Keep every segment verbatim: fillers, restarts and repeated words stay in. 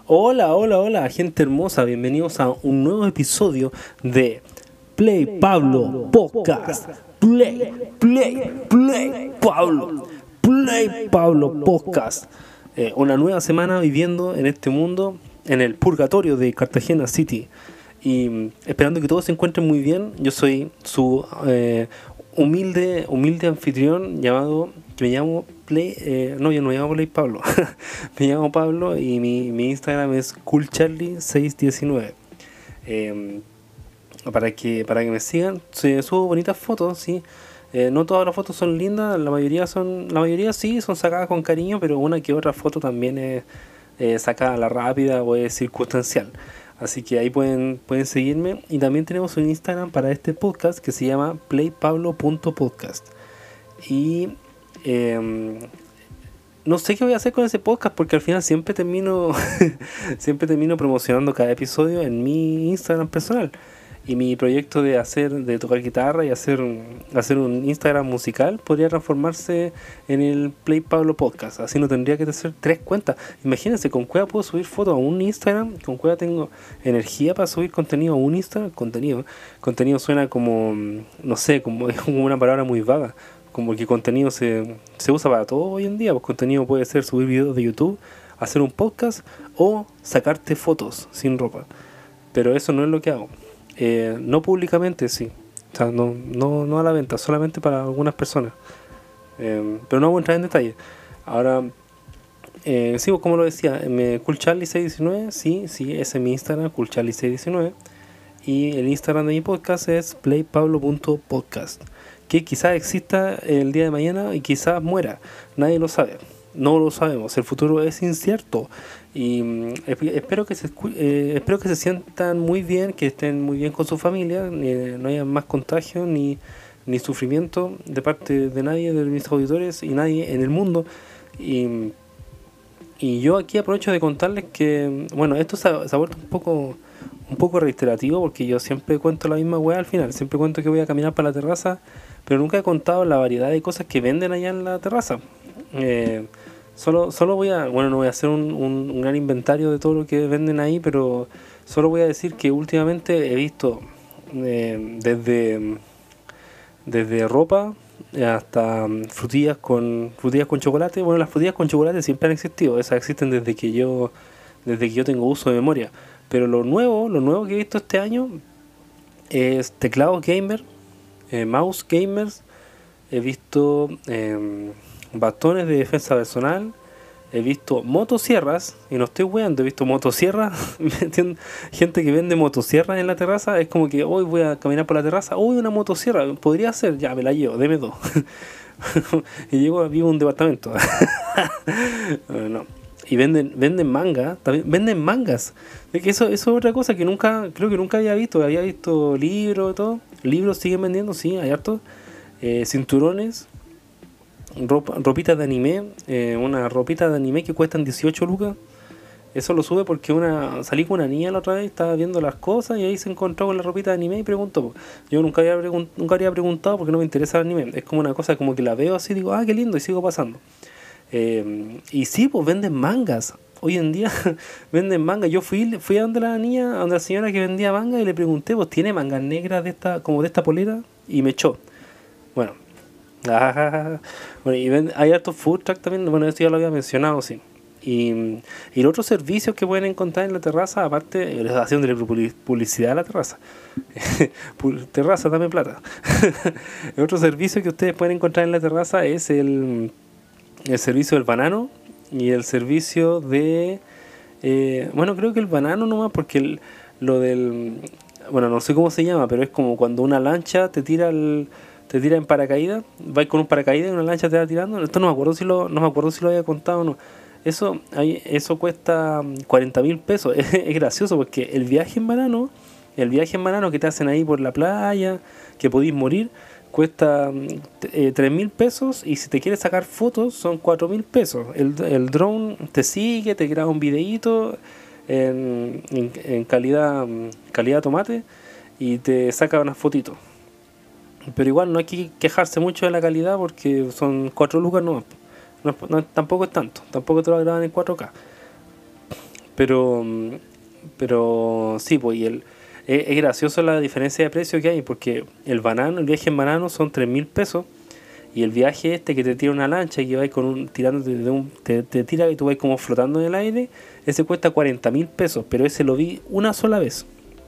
Hola, hola, hola, gente hermosa, bienvenidos a un nuevo episodio de Play Pablo Podcast. Play, Play, Play Pablo. Play Pablo Podcast. Eh, una nueva semana viviendo en este mundo, en el purgatorio de Cartagena City. Y mm, esperando que todos se encuentren muy bien. Yo soy su eh, humilde, humilde anfitrión llamado, que me llamo Play, eh, no, yo no me llamo Play Pablo. Me llamo Pablo y mi, mi Instagram es coolcharlie seis diecinueve. Eh, para que para que me sigan, se subo bonitas fotos, sí. Eh, no todas las fotos son lindas, la mayoría son, la mayoría sí son sacadas con cariño, pero una que otra foto también es eh, sacada a la rápida o es circunstancial. Así que ahí pueden, pueden seguirme. Y también tenemos un Instagram para este podcast que se llama playpablo punto podcast. Y eh, no sé qué voy a hacer con ese podcast porque al final siempre termino siempre termino promocionando cada episodio en mi Instagram personal. Y mi proyecto de hacer, de tocar guitarra y hacer, hacer un Instagram musical podría transformarse en el Play Pablo Podcast. Así no tendría que hacer tres cuentas. Imagínense, con Cueva puedo subir fotos a un Instagram, con Cueva tengo energía para subir contenido a un Instagram. Contenido, contenido suena como, no sé, como, como una palabra muy vaga. Como que contenido se, se usa para todo hoy en día. Pues contenido puede ser subir videos de YouTube, hacer un podcast o sacarte fotos sin ropa. Pero eso no es lo que hago. Eh, no públicamente, sí. O sea, no, no, no a la venta, solamente para algunas personas. Eh, pero no vamos a entrar en detalle. Ahora, eh, sí, pues como lo decía, me, coolcharlie seis diecinueve, sí, sí, ese es mi Instagram, coolcharlie seis diecinueve. Y el Instagram de mi podcast es playpablo punto podcast. Que quizás exista el día de mañana y quizás muera. Nadie lo sabe. No lo sabemos. El futuro es incierto. Y mm, espero que se eh, espero que se sientan muy bien, que estén muy bien con su familia, eh, no haya más contagio ni, ni sufrimiento de parte de nadie de mis auditores y nadie en el mundo. Y, y yo aquí aprovecho de contarles que, bueno, esto se ha, se ha vuelto un poco un poco reiterativo porque yo siempre cuento la misma weá al final, siempre cuento que voy a caminar para la terraza, pero nunca he contado la variedad de cosas que venden allá en la terraza. Eh, Solo, solo voy a, bueno, no voy a hacer un, un, un gran inventario de todo lo que venden ahí, pero solo voy a decir que últimamente he visto eh, desde, desde ropa hasta frutillas con frutillas con chocolate. Bueno, las frutillas con chocolate siempre han existido, esas existen desde que yo desde que yo tengo uso de memoria. Pero lo nuevo, lo nuevo que he visto este año es teclados gamer, eh, mouse gamers, he visto eh, bastones de defensa personal, he visto motosierras, y no estoy weando, he visto motosierras, gente que vende motosierras en la terraza, es como que hoy voy a caminar por la terraza, hoy una motosierra, podría ser, ya me la llevo, deme dos. Y llego, vivo en un departamento. No. Y venden, venden manga, también venden mangas. Es que eso, eso es otra cosa que nunca, creo que nunca había visto, había visto libros y todo. Libros siguen vendiendo, sí, hay hartos. Eh, cinturones, ropa, ropitas de anime, eh, una ropita de anime que cuestan dieciocho lucas. Eso lo sube porque una salí con una niña la otra vez, estaba viendo las cosas y ahí se encontró con la ropita de anime y preguntó. Yo nunca había, pregun nunca había preguntado porque no me interesa el anime. Es como una cosa como que la veo así, digo, ah, qué lindo, y sigo pasando. Eh, y sí, pues venden mangas. Hoy en día venden mangas. Yo fui fui a donde la niña, a donde la señora que vendía manga y le pregunté, pues tiene mangas negras de esta, como de esta polera, y me echó. Bueno, ah, bueno, y ven, hay hartos food truck también, bueno, esto ya lo había mencionado, sí. Y, y los otros servicios que pueden encontrar en la terraza, aparte, les haciéndole publicidad a la terraza. Terraza, dame plata. El otro servicio que ustedes pueden encontrar en la terraza es el, el servicio del banano y el servicio de... Eh, bueno, creo que el banano nomás, porque el, lo del... Bueno, no sé cómo se llama, pero es como cuando una lancha te tira el... te tira en paracaídas, vais con un paracaídas y una lancha te va tirando. Esto no me acuerdo si lo, no me acuerdo si lo había contado o no. Eso, eso cuesta cuarenta mil pesos. Es, es gracioso porque el viaje en banano, el viaje en banano que te hacen ahí por la playa, que podéis morir, cuesta eh, tres mil pesos, y si te quieres sacar fotos son cuatro mil pesos. El, el drone te sigue, te graba un videíto en, en, en calidad, calidad tomate y te saca unas fotitos. Pero igual no hay que quejarse mucho de la calidad porque son cuatro lucas nomás. No, no, tampoco es tanto, tampoco te lo graban en cuatro K. Pero, pero sí, pues, y el, es, es gracioso la diferencia de precio que hay, porque el banano, el viaje en banano son tres mil pesos, y el viaje este que te tira una lancha y que vais con un, tirándote de un, te, te tira y tú vas como flotando en el aire, ese cuesta cuarenta mil pesos, pero ese lo vi una sola vez.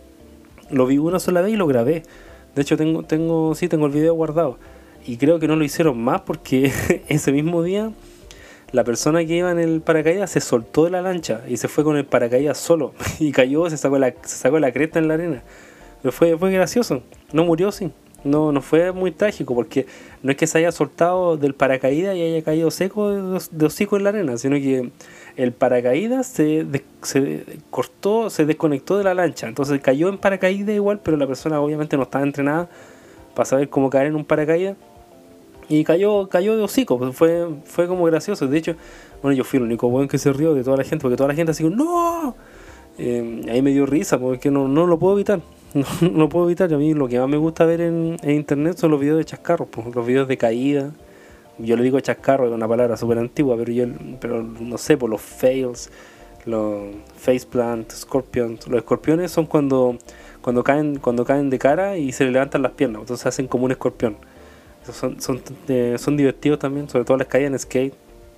Lo vi una sola vez y lo grabé. De hecho tengo, tengo, sí, tengo el video guardado. Y creo que no lo hicieron más porque ese mismo día la persona que iba en el paracaídas se soltó de la lancha y se fue con el paracaídas solo. Y cayó, se sacó la, se sacó la cresta en la arena. Pero fue, fue gracioso. No murió, sí. No, no fue muy trágico porque no es que se haya soltado del paracaídas y haya caído seco de, de hocico en la arena, sino que el paracaídas se, de, se cortó, se desconectó de la lancha. Entonces cayó en paracaídas igual, pero la persona obviamente no estaba entrenada para saber cómo caer en un paracaídas. Y cayó, cayó de hocico, pues fue, fue como gracioso. De hecho, bueno, yo fui el único weón que se rió de toda la gente, porque toda la gente así como, ¡no! Eh, ahí me dio risa, porque no, no lo puedo evitar. No, no lo puedo evitar. A mí lo que más me gusta ver en, en internet son los videos de chascarros, pues, los videos de caída. Yo le digo chascarro, es una palabra súper antigua, pero yo pero no sé, por los fails, los faceplant, scorpions. Los escorpiones son cuando, cuando, caen, cuando caen de cara y se le levantan las piernas, entonces hacen como un escorpión. Son, son, eh, son divertidos también, sobre todo las caídas en skate.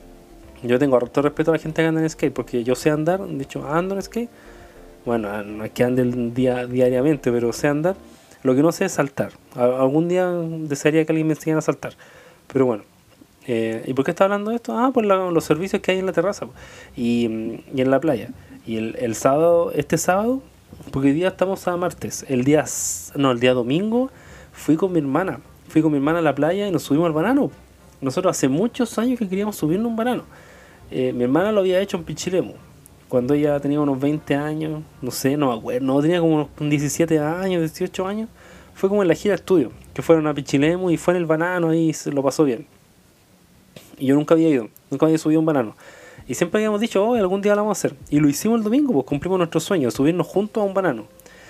Yo tengo harto respeto a la gente que anda en skate, porque yo sé andar, de hecho ando en skate. Bueno, no es que ande el día, diariamente, pero sé andar. Lo que no sé es saltar. Algún día desearía que alguien me enseñara a saltar. Pero bueno. Eh, ¿Y por qué está hablando de esto? Ah, por la, los servicios que hay en la terraza y, y en la playa. Y el, el sábado, este sábado, porque hoy día estamos a martes. El día, no, el día domingo fui con mi hermana. Fui con mi hermana a la playa y nos subimos al banano. Nosotros hace muchos años que queríamos subirnos un banano. Eh, mi hermana lo había hecho en Pichilemu. Cuando ella tenía unos veinte años, no sé, no me acuerdo, no, tenía como unos diecisiete años, dieciocho años. Fue como en la gira de estudio, que fueron a Pichilemu y fue en el banano y se lo pasó bien. Y yo nunca había ido, nunca había subido un banano. Y siempre habíamos dicho, oh, algún día lo vamos a hacer. Y lo hicimos el domingo, pues cumplimos nuestro sueño, subirnos juntos a un banano.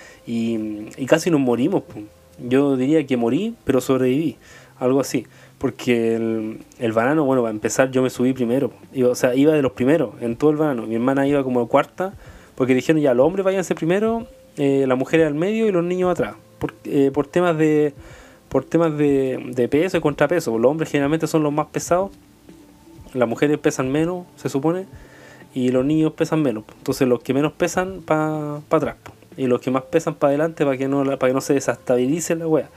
Y, y casi nos morimos, pues. Yo diría que morí, pero sobreviví, algo así. Porque el, el banano, bueno, para empezar yo me subí primero. Iba, o sea, iba de los primeros en todo el banano. Mi hermana iba como cuarta, porque dijeron ya, los hombres váyanse primero, eh, las mujeres al medio y los niños atrás. Por, eh, por temas de por temas de, de peso y contrapeso. Los hombres generalmente son los más pesados. Las mujeres pesan menos, se supone, y los niños pesan menos. Entonces los que menos pesan para pa atrás, y los que más pesan para adelante para que no para que no se desestabilice la wea.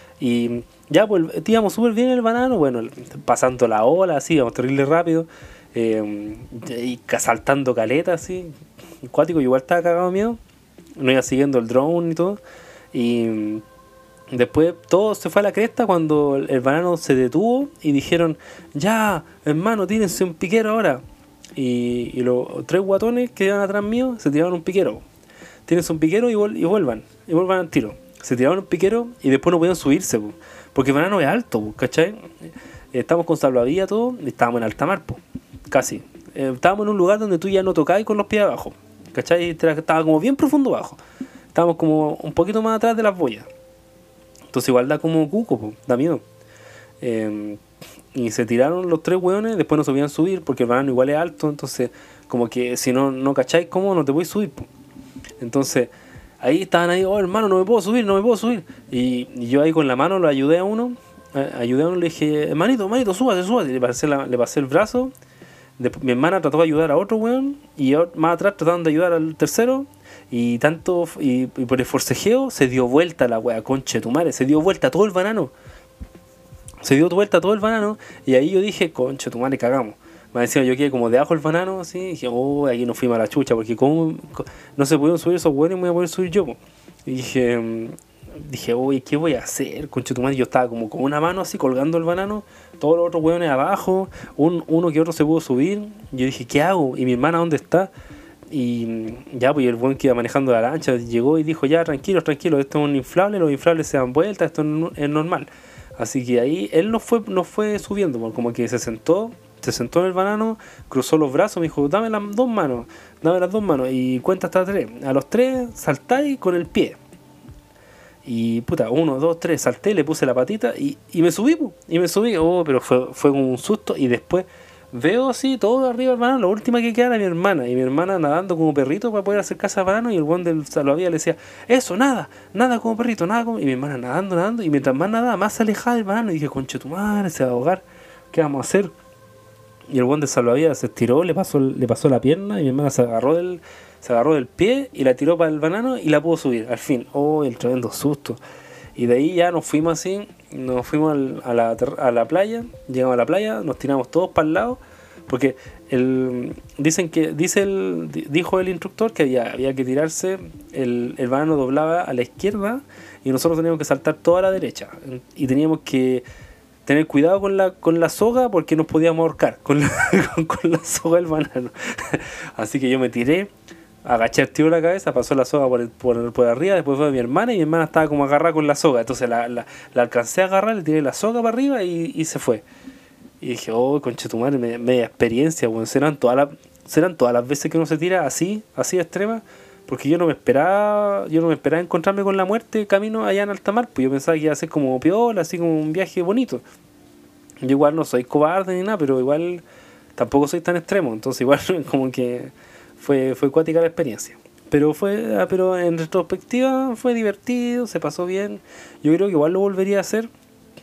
Y ya, pues íbamos súper bien en el banano, bueno, pasando la ola, así, íbamos terrible rápido, eh, y saltando caletas, así, acuático, igual estaba cagado de miedo, no iba siguiendo el drone y todo, y después todo se fue a la cresta cuando el banano se detuvo y dijeron, ya, hermano, tírense un piquero ahora. Y, y los tres guatones que iban atrás mío se tiraron un piquero. Tírense un piquero y, vol y vuelvan, y vuelvan al tiro. Se tiraron un piquero y después no podían subirse, po, porque el banano es alto, po, ¿cachai? Estábamos con salvavidas todo y estábamos en alta mar, po, casi. Eh, estábamos en un lugar donde tú ya no tocabas con los pies abajo, ¿cachai? Estaba como bien profundo abajo. Estábamos como un poquito más atrás de las boyas. Entonces igual da como cuco, po, da miedo. Eh, y se tiraron los tres hueones, después no se podían subir porque el banano igual es alto, entonces como que si no, no cacháis cómo no te podéis subir, po. Entonces ahí estaban ahí, oh hermano, no me puedo subir, no me puedo subir. Y, y yo ahí con la mano lo ayudé a uno, eh, ayudé a uno, le dije, hermanito, hermanito, súbase, súbase. Y le pasé, la, le pasé el brazo. Después, mi hermana trató de ayudar a otro weón, y yo, más atrás trataron de ayudar al tercero. Y tanto, y, y por el forcejeo se dio vuelta la wea, conche tu madre, se dio vuelta todo el banano. Se dio vuelta todo el banano, y ahí yo dije, conche tu madre, cagamos. Más encima yo quedé como debajo del banano, así, y dije, oh, aquí nos fuimos a la chucha, porque como no se pudieron subir esos hueones, me voy a poder subir yo, po. Y dije, dije, oye, ¿qué voy a hacer? Conche tu madre, yo estaba como con una mano así colgando el banano, todos los otros hueones abajo, un, uno que otro se pudo subir. Yo dije, ¿qué hago? ¿Y mi hermana dónde está? Y ya, pues el buen que iba manejando la lancha llegó y dijo, ya, tranquilos, tranquilos, esto es un inflable, los inflables se dan vueltas, esto es normal. Así que ahí él nos fue, nos fue subiendo, como que se sentó, se sentó en el banano, cruzó los brazos, me dijo, dame las dos manos, dame las dos manos, y cuenta hasta tres. A los tres saltáis con el pie. Y puta, uno, dos, tres, salté, le puse la patita y, y me subí, y me subí, oh, pero fue, fue como un susto. Y después veo así todo arriba del banano. La última que queda era mi hermana. Y mi hermana nadando como perrito para poder acercarse al banano. Y el buen del salvavidas le decía, eso, nada, nada como perrito, nada como... Y mi hermana nadando, nadando. Y mientras más nadaba, más se alejaba del banano. Y dije, conche tu madre, se va a ahogar. ¿Qué vamos a hacer? Y el buen del salvavidas se estiró, le pasó, le pasó la pierna. Y mi hermana se agarró del, se agarró del pie y la tiró para el banano y la pudo subir. Al fin, oh, el tremendo susto. Y de ahí ya nos fuimos así, nos fuimos al, a, la, a la playa, llegamos a la playa, nos tiramos todos para el lado, porque el, dicen que, dice el, dijo el instructor que había, había que tirarse, el, el banano doblaba a la izquierda y nosotros teníamos que saltar toda a la derecha. Y teníamos que tener cuidado con la, con la soga porque nos podíamos ahorcar con la, con, con la soga del banano. Así que yo me tiré. Agaché el tiro la cabeza, pasó la soga por, el, por, por arriba, después fue mi hermana y mi hermana estaba como agarrada con la soga, entonces la, la, la alcancé a agarrar, le tiré la soga para arriba y, y se fue. Y dije, oh, conchetumare, media, media experiencia, bueno, serán todas las, serán todas las veces que uno se tira así, así de extrema, porque yo no me esperaba, yo no me esperaba encontrarme con la muerte camino allá en alta mar, pues yo pensaba que iba a ser como piola, así como un viaje bonito. Yo igual no soy cobarde ni nada, pero igual tampoco soy tan extremo, entonces igual como que Fue, fue cuática la experiencia. Pero fue pero en retrospectiva fue divertido, se pasó bien. Yo creo que igual lo volvería a hacer.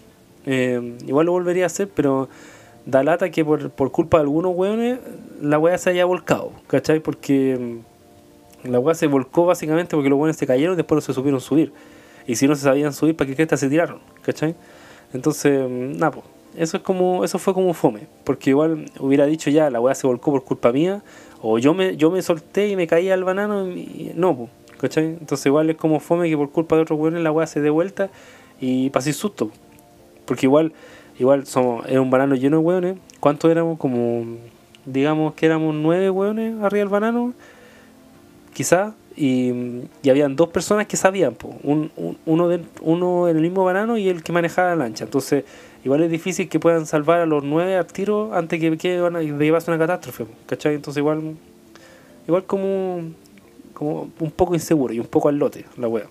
Eh, igual lo volvería a hacer, pero da lata que por, por culpa de algunos hueones la hueá se haya volcado, ¿cachai? Porque la hueá se volcó básicamente porque los hueones se cayeron y después no se supieron subir. Y si no se sabían subir, ¿para qué crestas se tiraron? ¿Cachai? Entonces, nada, pues. Eso es como, eso fue como fome. Porque igual hubiera dicho ya, la hueá se volcó por culpa mía. O yo me, yo me solté y me caí al banano y no, pues, ¿cachai? Entonces igual es como fome que por culpa de otros hueones la weá se dé vuelta y pasé susto. Porque igual, igual somos, era un banano lleno de hueones. ¿Cuántos éramos? Como, digamos que éramos nueve hueones arriba del banano, quizás, y, y habían dos personas que sabían, pues, un, un, uno, de, uno en el mismo banano y el que manejaba la lancha. Entonces, igual es difícil que puedan salvar a los nueve al tiro antes que, que van a llevarse una catástrofe, ¿cachai? Entonces igual igual como como un poco inseguro y un poco al lote la wea.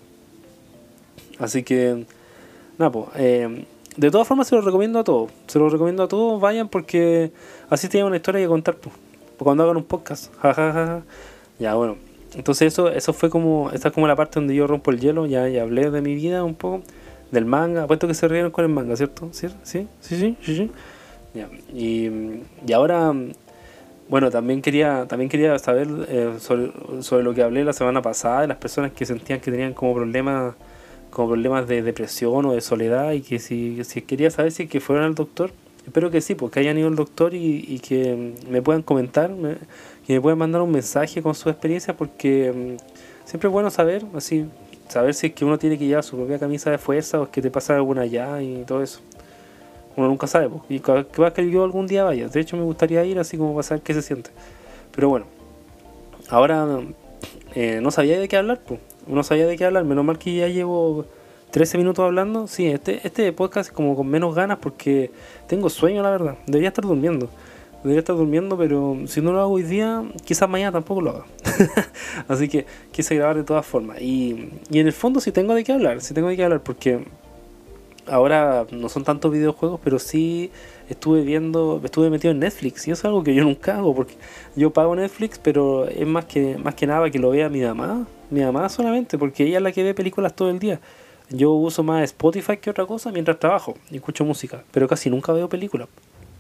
Así que nada, pues eh, de todas formas se lo recomiendo a todos, se lo recomiendo a todos, vayan porque así tienen una historia que contar, pues, cuando hagan un podcast. Ja, ja, ja, ja. Ya, bueno, entonces eso eso fue como, esta es como la parte donde yo rompo el hielo, ya, ya hablé de mi vida un poco. Del manga, apuesto que se rieron con el manga, ¿cierto? ¿Sí? ¿Sí? ¿Sí? ¿Sí? ¿Sí? ¿Sí? Ya. Y, y ahora, bueno, también quería también quería saber eh, sobre, sobre lo que hablé la semana pasada, de las personas que sentían que tenían como problemas como problemas de depresión o de soledad, y que si, si quería saber si es que fueron al doctor. Espero que sí, porque hayan ido al doctor y, y que me puedan comentar, me, que me puedan mandar un mensaje con su experiencia, porque um, siempre es bueno saber, así saber si es que uno tiene que llevar su propia camisa de fuerza o es que te pasa alguna allá y todo eso. Uno nunca sabe, pues. Y capaz que yo algún día vaya. De hecho, me gustaría ir así como para saber qué se siente. Pero bueno, ahora eh, no sabía de qué hablar, pues. No sabía de qué hablar. Menos mal que ya llevo trece minutos hablando. Sí, este, este podcast es como con menos ganas porque tengo sueño, la verdad. Debería estar durmiendo. Debería estar durmiendo, pero si no lo hago hoy día, quizás mañana tampoco lo haga. Así que quise grabar de todas formas. Y, y en el fondo sí tengo de qué hablar, sí tengo de qué hablar, porque ahora no son tantos videojuegos, pero sí estuve viendo, estuve metido en Netflix, y eso es algo que yo nunca hago, porque yo pago Netflix, pero es más que, más que nada que lo vea mi mamá, mi mamá solamente, porque ella es la que ve películas todo el día. Yo uso más Spotify que otra cosa mientras trabajo y escucho música, pero casi nunca veo películas.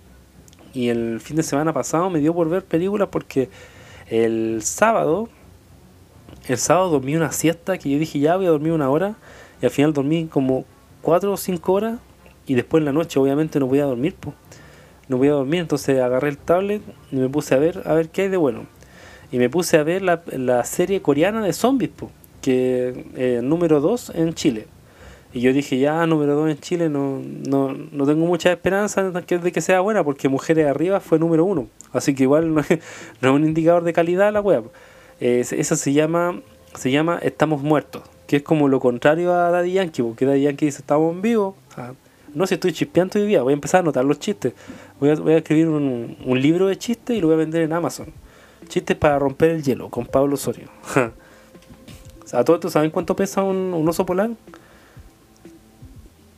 Y el fin de semana pasado me dio por ver películas porque el sábado, el sábado dormí una siesta que yo dije ya voy a dormir una hora, y al final dormí como cuatro o cinco horas, y después en la noche obviamente no voy a dormir, pues. No voy a dormir, entonces agarré el tablet y me puse a ver a ver qué hay de bueno. Y me puse a ver la, la serie coreana de zombies, pues, que es eh, número dos en Chile. Y yo dije, ya, número dos en Chile, no, no, no tengo mucha esperanza de que sea buena, porque Mujeres Arriba fue número uno. Así que igual no es, no es un indicador de calidad la wea. Eh, esa se llama, se llama Estamos Muertos, que es como lo contrario a Daddy Yankee, porque Daddy Yankee dice, estamos en vivo. Ah, no sé, estoy chispeando hoy día, voy a empezar a anotar los chistes. Voy a, voy a escribir un, un libro de chistes y lo voy a vender en Amazon. Chistes para romper el hielo, con Pablo Osorio. O sea, ¿a todo esto saben cuánto pesa un, un oso polar?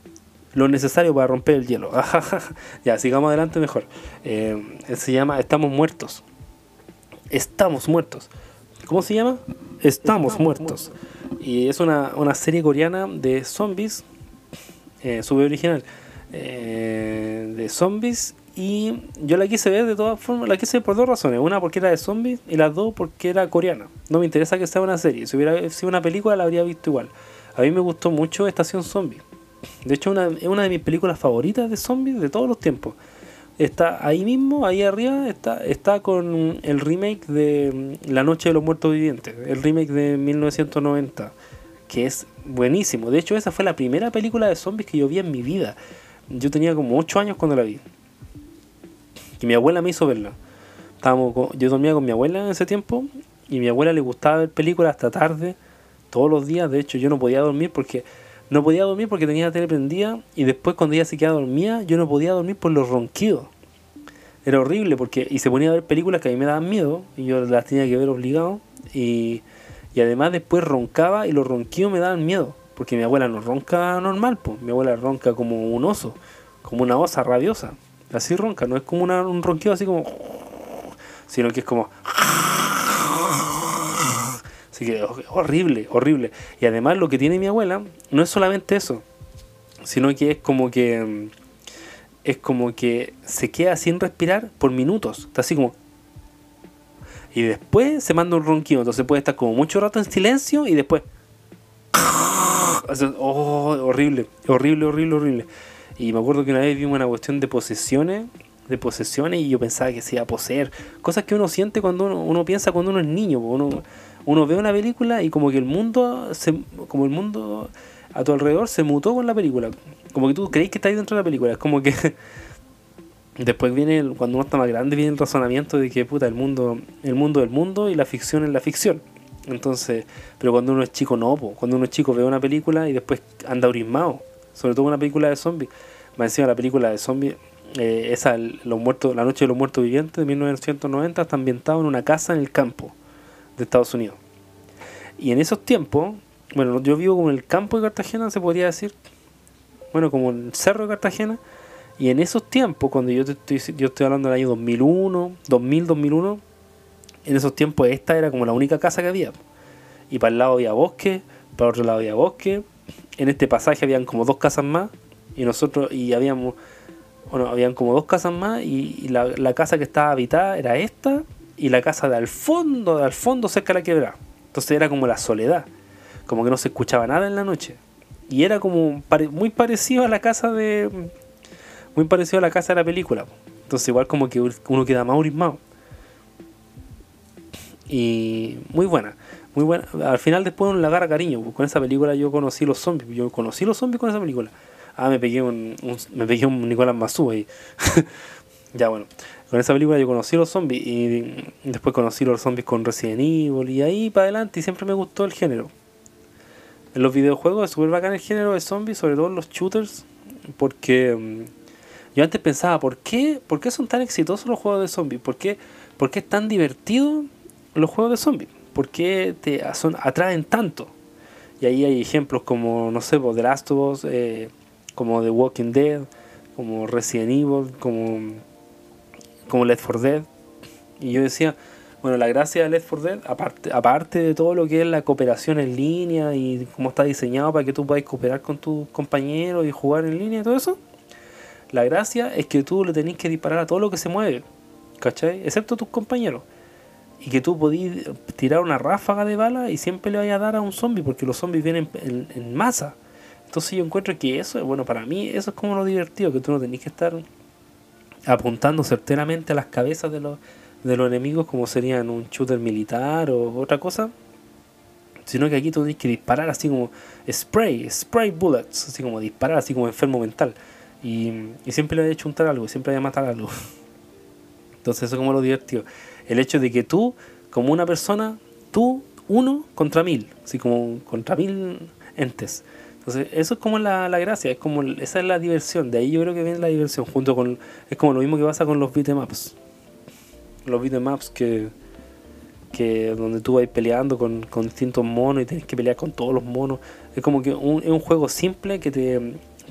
lo necesario para romper el hielo. Ya, sigamos adelante mejor. Eh, se llama Estamos Muertos. Estamos Muertos. ¿Cómo se llama? Estamos Muertos. Y es una, una serie coreana de zombies, eh, súper original, eh, de zombies. Y yo la quise ver de todas formas, la quise ver por dos razones. Una porque era de zombies y las dos porque era coreana. No me interesa que sea una serie. Si hubiera sido una película la habría visto igual. A mí me gustó mucho Estación Zombie. De hecho una, es una de mis películas favoritas de zombies de todos los tiempos. Está ahí mismo, ahí arriba, está, está con el remake de La Noche de los Muertos Vivientes. El remake de mil novecientos noventa. Que es buenísimo. De hecho esa fue la primera película de zombies que yo vi en mi vida. Yo tenía como ocho años cuando la vi. Y mi abuela me hizo verla. Estábamos con, yo dormía con mi abuela en ese tiempo. Y a mi abuela le gustaba ver películas hasta tarde. Todos los días. De hecho yo no podía dormir porque... No podía dormir porque tenía la tele prendida. Y después cuando ella se quedaba dormida, yo no podía dormir por los ronquidos. Era horrible porque... Y se ponía a ver películas que a mí me daban miedo. Y yo las tenía que ver obligado. Y, y además después roncaba y los ronquidos me daban miedo. Porque mi abuela no ronca normal, pues. Mi abuela ronca como un oso. Como una osa rabiosa. Así ronca. No es como una, un ronquido así como... Sino que es como... Así que horrible, horrible. Y además lo que tiene mi abuela no es solamente eso, sino que es como que es como que se queda sin respirar por minutos. Está así como... Y después se manda un ronquido. Entonces puede estar como mucho rato en silencio y después... Oh, horrible, horrible, horrible, horrible. Y me acuerdo que una vez vimos una cuestión de posesiones, de posesiones y yo pensaba que se iba a poseer. Cosas que uno siente cuando uno, uno piensa cuando uno es niño. Uno... Uno ve una película y como que el mundo se, como el mundo a tu alrededor se mutó con la película. Como que tú crees que estás dentro de la película. Es como que después viene, el, cuando uno está más grande, viene el razonamiento de que puta, el mundo, el mundo es el mundo y la ficción es la ficción. Entonces, pero cuando uno es chico no, po. Cuando uno es chico ve una película y después anda aurismado. Sobre todo una película de zombies. Más encima la película de zombies, eh, esa, los muertos, La Noche de los Muertos Vivientes de mil novecientos noventa, está ambientado en una casa en el campo de Estados Unidos. Y en esos tiempos, bueno, yo vivo como en el campo de Cartagena, se podría decir, bueno, como en el cerro de Cartagena, y en esos tiempos, cuando yo te estoy, yo estoy hablando del año dos mil uno, dos mil, dos mil uno, en esos tiempos esta era como la única casa que había. Y para el lado había bosque, para el otro lado había bosque, en este pasaje habían como dos casas más, y nosotros, y habíamos, bueno, habían como dos casas más, y, y la, la casa que estaba habitada era esta, y la casa de al fondo, de al fondo cerca de la quebrada. Entonces era como la soledad, como que no se escuchaba nada en la noche. Y era como pare, muy parecido a la casa de... Muy parecido a la casa de la película. Entonces igual como que uno queda más aurismado. Y muy buena, muy buena. Al final después uno le agarra cariño. Con esa película yo conocí los zombies. Yo conocí los zombies con esa película. Ah, me pegué un, un me pegué un Nicolás Mazú ahí. Ya bueno. Con esa película yo conocí los zombies y después conocí los zombies con Resident Evil y ahí para adelante y siempre me gustó el género. En los videojuegos es súper bacán el género de zombies, sobre todo en los shooters, porque um, yo antes pensaba, ¿por qué, ¿por qué son tan exitosos los juegos de zombies? ¿Por qué, ¿Por qué es tan divertido los juegos de zombies? ¿Por qué te son, atraen tanto? Y ahí hay ejemplos como, no sé, The Last of Us, eh, como The Walking Dead, como Resident Evil, como... como Left four Dead. Y yo decía, bueno, la gracia de Left four Dead, aparte, aparte de todo lo que es la cooperación en línea y cómo está diseñado para que tú puedas cooperar con tus compañeros y jugar en línea y todo eso, la gracia es que tú le tenés que disparar a todo lo que se mueve, ¿cachai? Excepto tus compañeros. Y que tú podís tirar una ráfaga de bala y siempre le vayas a dar a un zombie, porque los zombies vienen en, en masa. Entonces yo encuentro que eso, bueno, para mí eso es como lo divertido, que tú no tenés que estar apuntando certeramente a las cabezas de los, de los enemigos como sería en un shooter militar o otra cosa, sino que aquí tú tienes que disparar así como spray, spray bullets, así como disparar así como enfermo mental y, y siempre le voy a chuntar algo, siempre voy a matar algo. Entonces eso es como lo divertido, el hecho de que tú como una persona, tú uno contra mil, así como contra mil entes. Entonces eso es como la, la gracia, es como esa es la diversión, de ahí yo creo que viene la diversión, junto con, es como lo mismo que pasa con los beatemaps, los beatemaps que, que donde tú vas peleando con, con distintos monos y tienes que pelear con todos los monos, es como que un, es un juego simple que te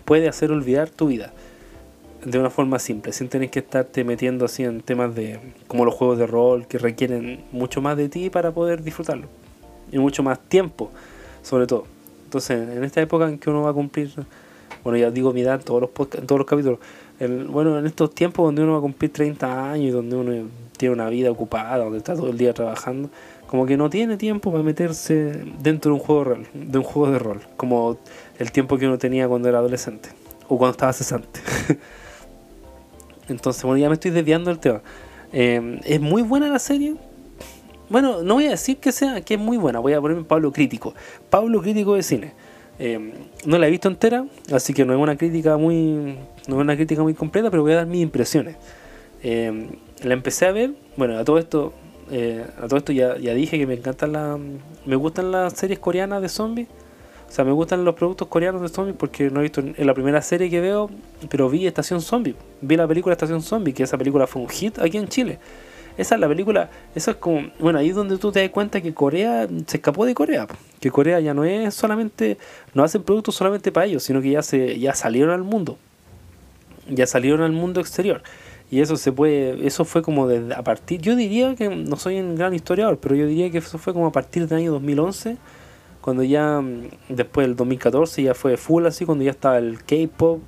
puede hacer olvidar tu vida de una forma simple, sin tener que estarte metiendo así en temas de como los juegos de rol, que requieren mucho más de ti para poder disfrutarlo, y mucho más tiempo sobre todo. Entonces, en esta época en que uno va a cumplir, bueno, ya digo mi edad en todos los podcasts, en todos los capítulos, el, bueno, en estos tiempos donde uno va a cumplir treinta años y donde uno tiene una vida ocupada, donde está todo el día trabajando, como que no tiene tiempo para meterse dentro de un juego de rol, de un juego de rol, como el tiempo que uno tenía cuando era adolescente o cuando estaba cesante. Entonces, bueno, ya me estoy desviando del tema. Eh, es muy buena la serie. Bueno, no voy a decir que sea que es muy buena, voy a ponerme Pablo Crítico. Pablo Crítico de cine. Eh, no la he visto entera, así que no es una crítica muy, no es una crítica muy completa, pero voy a dar mis impresiones. Eh, la empecé a ver, bueno, a todo esto, eh, a todo esto ya, ya dije que me encantan las, me gustan las series coreanas de zombies. O sea, me gustan los productos coreanos de zombies porque no he visto en la primera serie que veo, pero vi Estación Zombie, vi la película Estación Zombie, que esa película fue un hit aquí en Chile. Esa es la película, eso es como, bueno, ahí es donde tú te das cuenta que Corea se escapó de Corea, que Corea ya no es solamente, no hacen productos solamente para ellos, sino que ya se, ya salieron al mundo, ya salieron al mundo exterior. Y eso se puede, eso fue como desde a partir, yo diría que, no soy un gran historiador, pero yo diría que eso fue como a partir del año dos mil once, cuando ya, después del dos mil catorce, ya fue full así, cuando ya estaba el K-pop.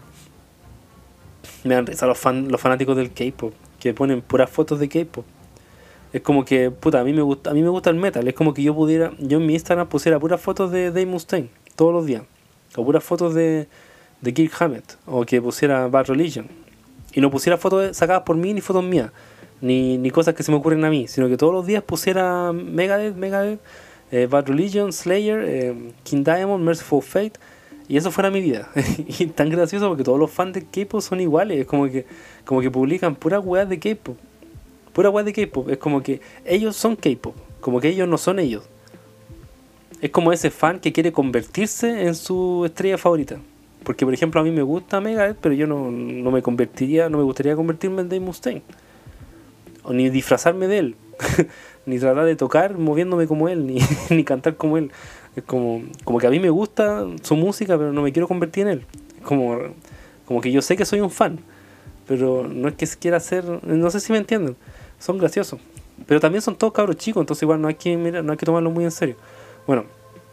Me dan risa los, fan, los fanáticos del K-pop, que ponen puras fotos de K-pop. Es como que, puta, a mí me gusta, a mí me gusta el metal. Es como que yo pudiera, yo en mi Instagram pusiera puras fotos de Dave Mustaine todos los días, o puras fotos de, de Kirk Hammett, o que pusiera Bad Religion, y no pusiera fotos sacadas por mí ni fotos mías, ni, ni cosas que se me ocurren a mí, sino que todos los días pusiera Megadeth, Megadeth, eh, Bad Religion, Slayer, eh, King Diamond, Merciful Fate, y eso fuera mi vida. Y tan gracioso porque todos los fans de K-pop son iguales, es como que, como que publican puras weas de K-pop, puras weas de K-pop, es como que ellos son K-pop, como que ellos no son ellos. Es como ese fan que quiere convertirse en su estrella favorita. Porque, por ejemplo, a mí me gusta Megadeth, pero yo no, no me convertiría, no me gustaría convertirme en Dave Mustaine, o ni disfrazarme de él. Ni tratar de tocar moviéndome como él, ni, ni cantar como él. Es como, como que a mí me gusta su música, pero no me quiero convertir en él. Es como, como que yo sé que soy un fan, pero no es que quiera ser, no sé si me entienden. Son graciosos, pero también son todos cabros chicos, entonces igual no hay que mira, no hay que tomarlo muy en serio. Bueno,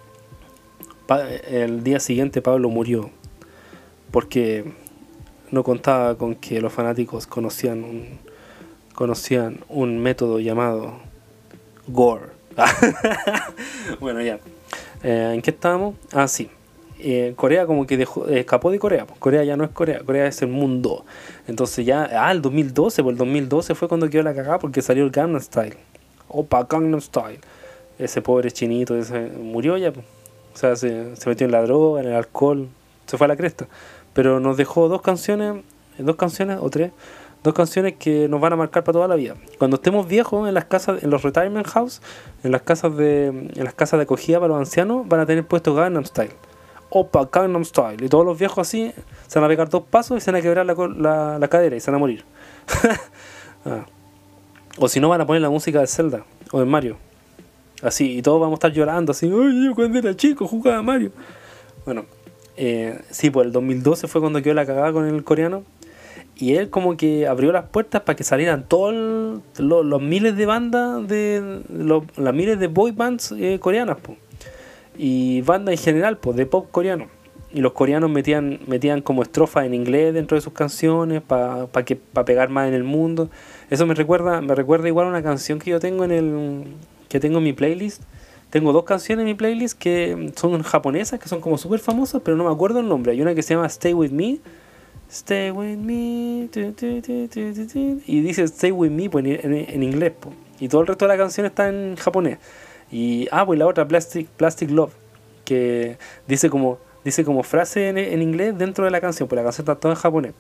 el día siguiente Pablo murió porque no contaba con que los fanáticos conocían un, conocían un método llamado gore. Bueno, ya. Eh, ¿En qué estábamos? Ah, sí. Eh, Corea como que dejó, eh, escapó de Corea. Pues Corea ya no es Corea, Corea es el mundo. Entonces ya, ah, el dos mil doce, pues el dos mil doce fue cuando quedó la cagada porque salió el Gangnam Style. Opa, Gangnam Style. Ese pobre chinito, ese murió ya. Pues. O sea, se, se metió en la droga, en el alcohol, se fue a la cresta. Pero nos dejó dos canciones, dos canciones o tres, dos canciones que nos van a marcar para toda la vida. Cuando estemos viejos en las casas, en los retirement house, en las casas de, en las casas de acogida para los ancianos, van a tener puesto Gangnam Style. Opa, Gangnam Style. Y todos los viejos así se van a pegar dos pasos y se van a quebrar la, la, la cadera y se van a morir. Ah. O si no, van a poner la música de Zelda o de Mario. Así, y todos vamos a estar llorando así. Ay, yo cuando era chico jugaba a Mario. Bueno, eh, sí, pues el dos mil doce fue cuando quedó la cagada con el coreano. Y él como que abrió las puertas para que salieran todos los, los miles de bandas, de los, las miles de boy bands eh, coreanas, pues. Y bandas en general, pues, de pop coreano. Y los coreanos metían metían como estrofas en inglés dentro de sus canciones para pa que para pegar más en el mundo. Eso me recuerda me recuerda igual a una canción que yo tengo en el que tengo en mi playlist. Tengo dos canciones en mi playlist que son japonesas, que son como súper famosas, pero no me acuerdo el nombre. Hay una que se llama Stay With Me. Stay With Me. Tu, tu, tu, tu, tu, tu, y dice Stay With Me pues, en, en, en inglés. Pues. Y todo el resto de la canción está en japonés. Y, ah, pues la otra, Plastic, Plastic Love, que dice como, dice como frase en, en inglés dentro de la canción, pues la canción está toda en japonés.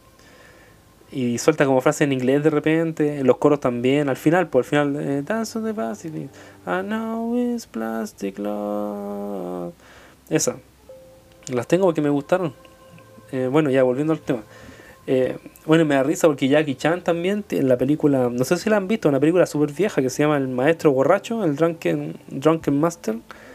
Y suelta como frase en inglés de repente, en los coros también, al final, pues al final, eh, Dance on the Pacific, I know it's Plastic Love. Esa. Las tengo porque me gustaron. Eh, bueno, ya volviendo al tema. Eh, bueno, me da risa porque Jackie Chan también en la película, no sé si la han visto, una película súper vieja que se llama El Maestro Borracho, el Drunken, Drunken Master.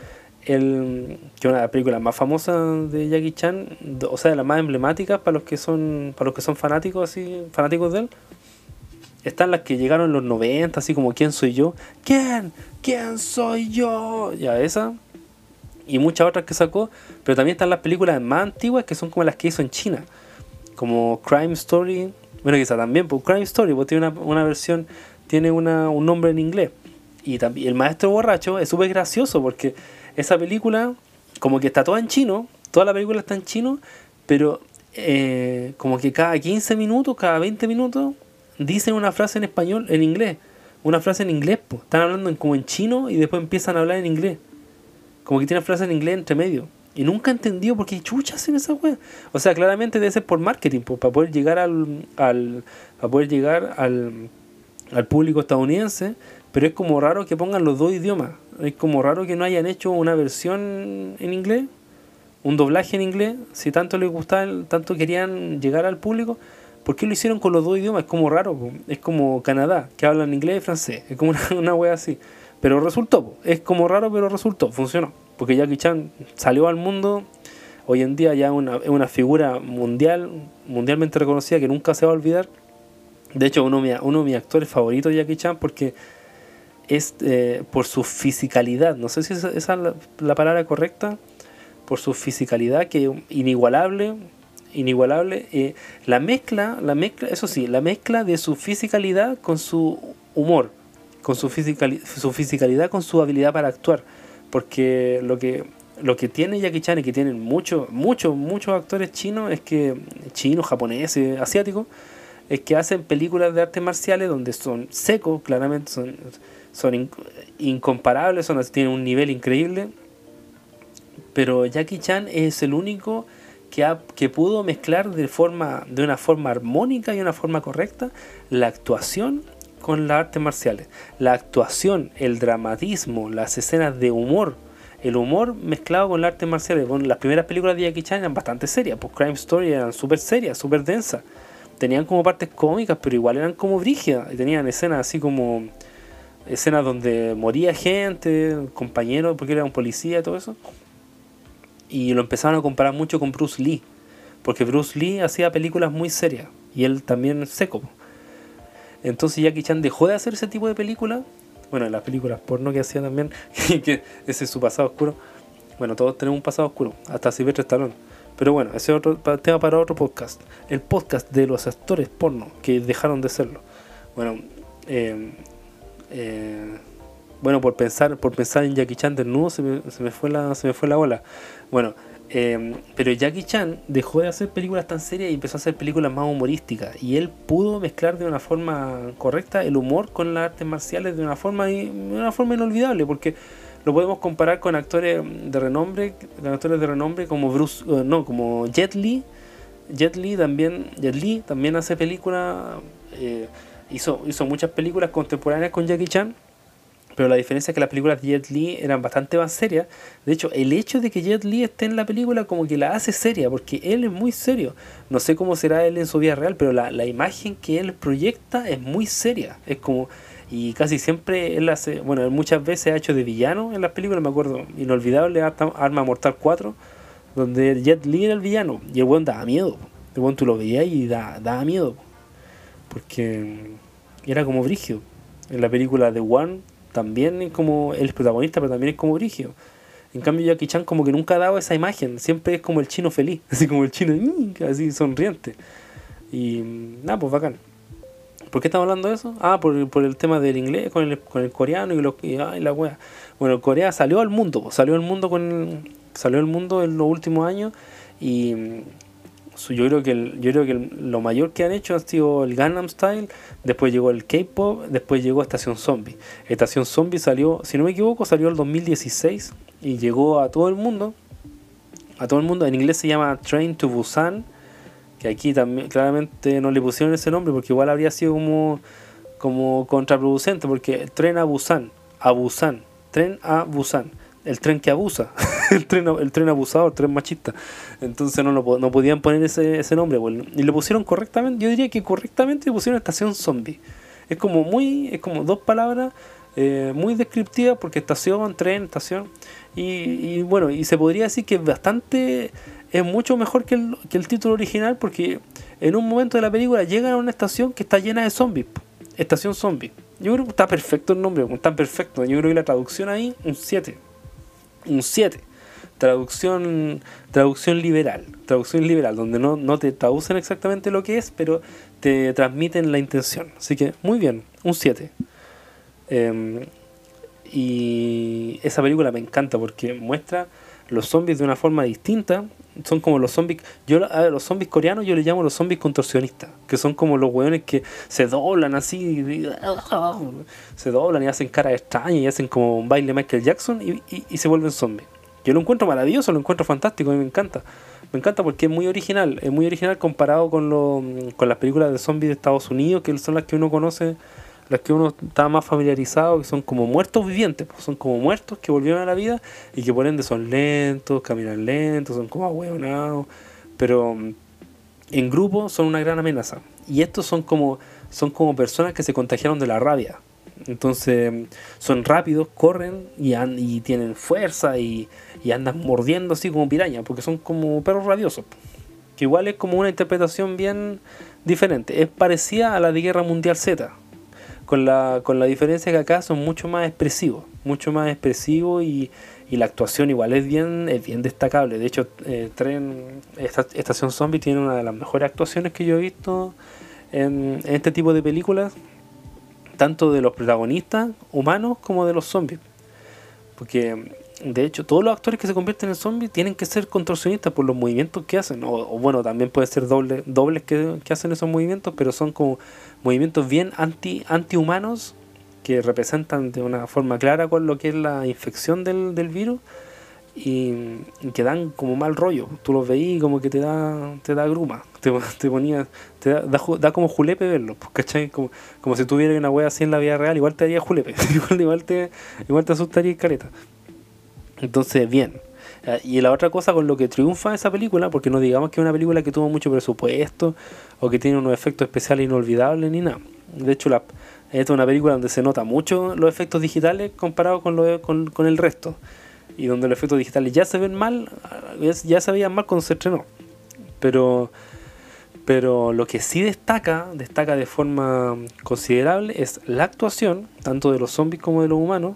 el, que una de las películas más famosas de Jackie Chan, o sea, de las más emblemáticas para los que son para los que son fanáticos así fanáticos de él, están las que llegaron en los noventa, así como ¿Quién soy yo? ¿Quién? ¿Quién soy yo? Ya, esa. Y muchas otras que sacó. Pero también están las películas más antiguas que son como las que hizo en China. Como Crime Story. Bueno, quizá también, pues Crime Story, pues tiene una, una versión, tiene una, un nombre en inglés. Y también El Maestro Borracho es súper gracioso porque esa película, como que está toda en chino, toda la película está en chino, pero eh, como que cada quince minutos, cada veinte minutos, dicen una frase en español, en inglés. Una frase en inglés, pues. Están hablando en, como en chino y después empiezan a hablar en inglés. Como que tienen frases en inglés entre medio. Y nunca he entendido por qué chucha hacen esa wea. O sea, claramente debe ser por marketing, pues, para poder llegar al, al para poder llegar al, al público estadounidense. Pero es como raro que pongan los dos idiomas. Es como raro que no hayan hecho una versión en inglés, un doblaje en inglés. Si tanto les gustaba, tanto querían llegar al público, ¿por qué lo hicieron con los dos idiomas? Es como raro, po. Es como Canadá, que hablan inglés y francés. Es como una, una wea así. Pero resultó, po. Es como raro, pero resultó, funcionó. Porque Jackie Chan salió al mundo, hoy en día ya es una, una figura mundial, mundialmente reconocida que nunca se va a olvidar. De hecho, uno de, uno de mis actores favoritos de Jackie Chan, porque es eh, por su fisicalidad, no sé si esa, esa es la, la palabra correcta, por su fisicalidad, que inigualable, inigualable, eh, la mezcla, la mezcla, eso sí, la mezcla de su fisicalidad con su humor, con su fisicalidad, su fisicalidad con su habilidad para actuar. Porque lo que lo que tiene Jackie Chan y que tienen muchos, muchos, muchos actores chinos es que, chinos, japoneses, asiáticos, es que hacen películas de artes marciales donde son secos, claramente son, son in, incomparables, son, tienen un nivel increíble. Pero Jackie Chan es el único que, ha, que pudo mezclar de, forma, de una forma armónica y una forma correcta la actuación con las artes marciales. La actuación, el dramatismo, las escenas de humor, el humor mezclado con las artes marciales. Bueno, las primeras películas de Jackie Chan eran bastante serias, pues Crime Story eran súper serias, súper densas. Tenían como partes cómicas, pero igual eran como brígidas. Y tenían escenas así como escenas donde moría gente, compañeros, porque era un policía y todo eso. Y lo empezaron a comparar mucho con Bruce Lee, porque Bruce Lee hacía películas muy serias y él también seco. Entonces Jackie Chan dejó de hacer ese tipo de películas. Bueno, las películas porno que hacía también, que ese es su pasado oscuro. Bueno, todos tenemos un pasado oscuro, hasta Sylvester Stallone. Pero bueno, ese es otro tema para otro podcast. El podcast de los actores porno que dejaron de serlo. Bueno, eh, eh, bueno, por pensar, por pensar en Jackie Chan desnudo se me, se me fue la, se me fue la ola. Bueno, eh, pero Jackie Chan dejó de hacer películas tan serias y empezó a hacer películas más humorísticas. Y él pudo mezclar de una forma correcta el humor con las artes marciales de una forma, de una forma inolvidable, porque lo podemos comparar con actores de renombre, con actores de renombre como Bruce, uh, no, como Jet Li. Jet Li también, Jet Li también hace películas, eh, hizo, hizo muchas películas contemporáneas con Jackie Chan. Pero la diferencia es que las películas de Jet Li eran bastante más serias. De hecho, el hecho de que Jet Li esté en la película como que la hace seria, porque él es muy serio. No sé cómo será él en su vida real, pero la, la imagen que él proyecta es muy seria. Es como, y casi siempre él hace, bueno, él muchas veces ha hecho de villano en las películas. Me acuerdo, inolvidable Arma Mortal cuatro, donde Jet Li era el villano y el weón daba miedo. El weón tú lo veías y da, daba miedo, porque era como brígido. En la película The One también es como el protagonista, pero también es como brígido. En cambio Jackie Chan como que nunca ha dado esa imagen, siempre es como el chino feliz, así como el chino así sonriente. Y nada, pues bacán. ¿Por qué estamos hablando de eso? Ah, por, por el tema del inglés con el, con el coreano y, los, y ay, la wea. Bueno, Corea salió al mundo, salió al mundo con el, salió al mundo en los últimos años y yo creo que el, yo creo que el, lo mayor que han hecho ha sido el Gangnam Style, después llegó el K-pop, después llegó Estación Zombie. Estación Zombie salió, si no me equivoco, salió el dos mil dieciséis y llegó a todo el mundo, a todo el mundo. En inglés se llama Train to Busan, que aquí también claramente no le pusieron ese nombre porque igual habría sido como, como contraproducente, porque tren a Busan, a Busan, tren a Busan, el tren que abusa. el tren el tren abusador, el tren machista. Entonces no, lo, no podían poner ese, ese nombre, pues. Y le pusieron correctamente, yo diría que correctamente le pusieron Estación Zombie. Es como muy, es como dos palabras eh, muy descriptiva porque estación, tren, estación, y, y bueno, y se podría decir que es bastante, es mucho mejor que el, que el título original, porque en un momento de la película llegan a una estación que está llena de zombies, estación zombie. Yo creo que está perfecto el nombre, está perfecto. Yo creo que la traducción ahí, un siete, un siete. Traducción, traducción liberal, traducción liberal, donde no, no te traducen exactamente lo que es, pero te transmiten la intención. Así que muy bien, un siete. Eh, y esa película me encanta porque muestra los zombies de una forma distinta. Son como los zombies, yo a los zombies coreanos yo les llamo los zombies contorsionistas, que son como los hueones que se doblan así, se doblan y hacen caras extrañas y hacen como un baile Michael Jackson y, y, y se vuelven zombies. Yo lo encuentro maravilloso, lo encuentro fantástico, a mí me encanta. Me encanta porque es muy original, es muy original comparado con, lo, con las películas de zombies de Estados Unidos, que son las que uno conoce, las que uno está más familiarizado, que son como muertos vivientes, pues son como muertos que volvieron a la vida y que por ende son lentos, caminan lentos, son como ahueonados, pero en grupo son una gran amenaza. Y estos son como, son como personas que se contagiaron de la rabia. Entonces son rápidos, corren y, and, y tienen fuerza y, y andan mordiendo así como piraña, porque son como perros rabiosos, que igual es como una interpretación bien diferente. Es parecida a la de Guerra Mundial Z, con la, con la diferencia que acá son mucho más expresivos, mucho más expresivos y, y la actuación igual es bien, es bien destacable. De hecho, eh, Tren, esta, Estación Zombie tiene una de las mejores actuaciones que yo he visto en, en este tipo de películas, tanto de los protagonistas humanos como de los zombies, porque de hecho todos los actores que se convierten en zombies tienen que ser contorsionistas por los movimientos que hacen, o, o bueno, también puede ser doble, dobles que, que hacen esos movimientos, pero son como movimientos bien anti antihumanos que representan de una forma clara con lo que es la infección del, del virus y, y que dan como mal rollo. Tú los veís como que te da te da gruma, te, te ponía te da, da, da como julepe verlos, ¿cachai? Como, como si tuviera una wea así en la vida real, igual te daría julepe, igual, igual te igual te asustaría caleta. Entonces, bien. Y la otra cosa con lo que triunfa esa película, porque no digamos que es una película que tuvo mucho presupuesto o que tiene unos efectos especiales inolvidables ni nada. De hecho, la, esta es una película donde se nota mucho los efectos digitales comparado con, lo, con, con el resto. Y donde los efectos digitales ya se ven mal, ya se veían mal cuando se estrenó. Pero, pero lo que sí destaca, destaca de forma considerable es la actuación, tanto de los zombies como de los humanos,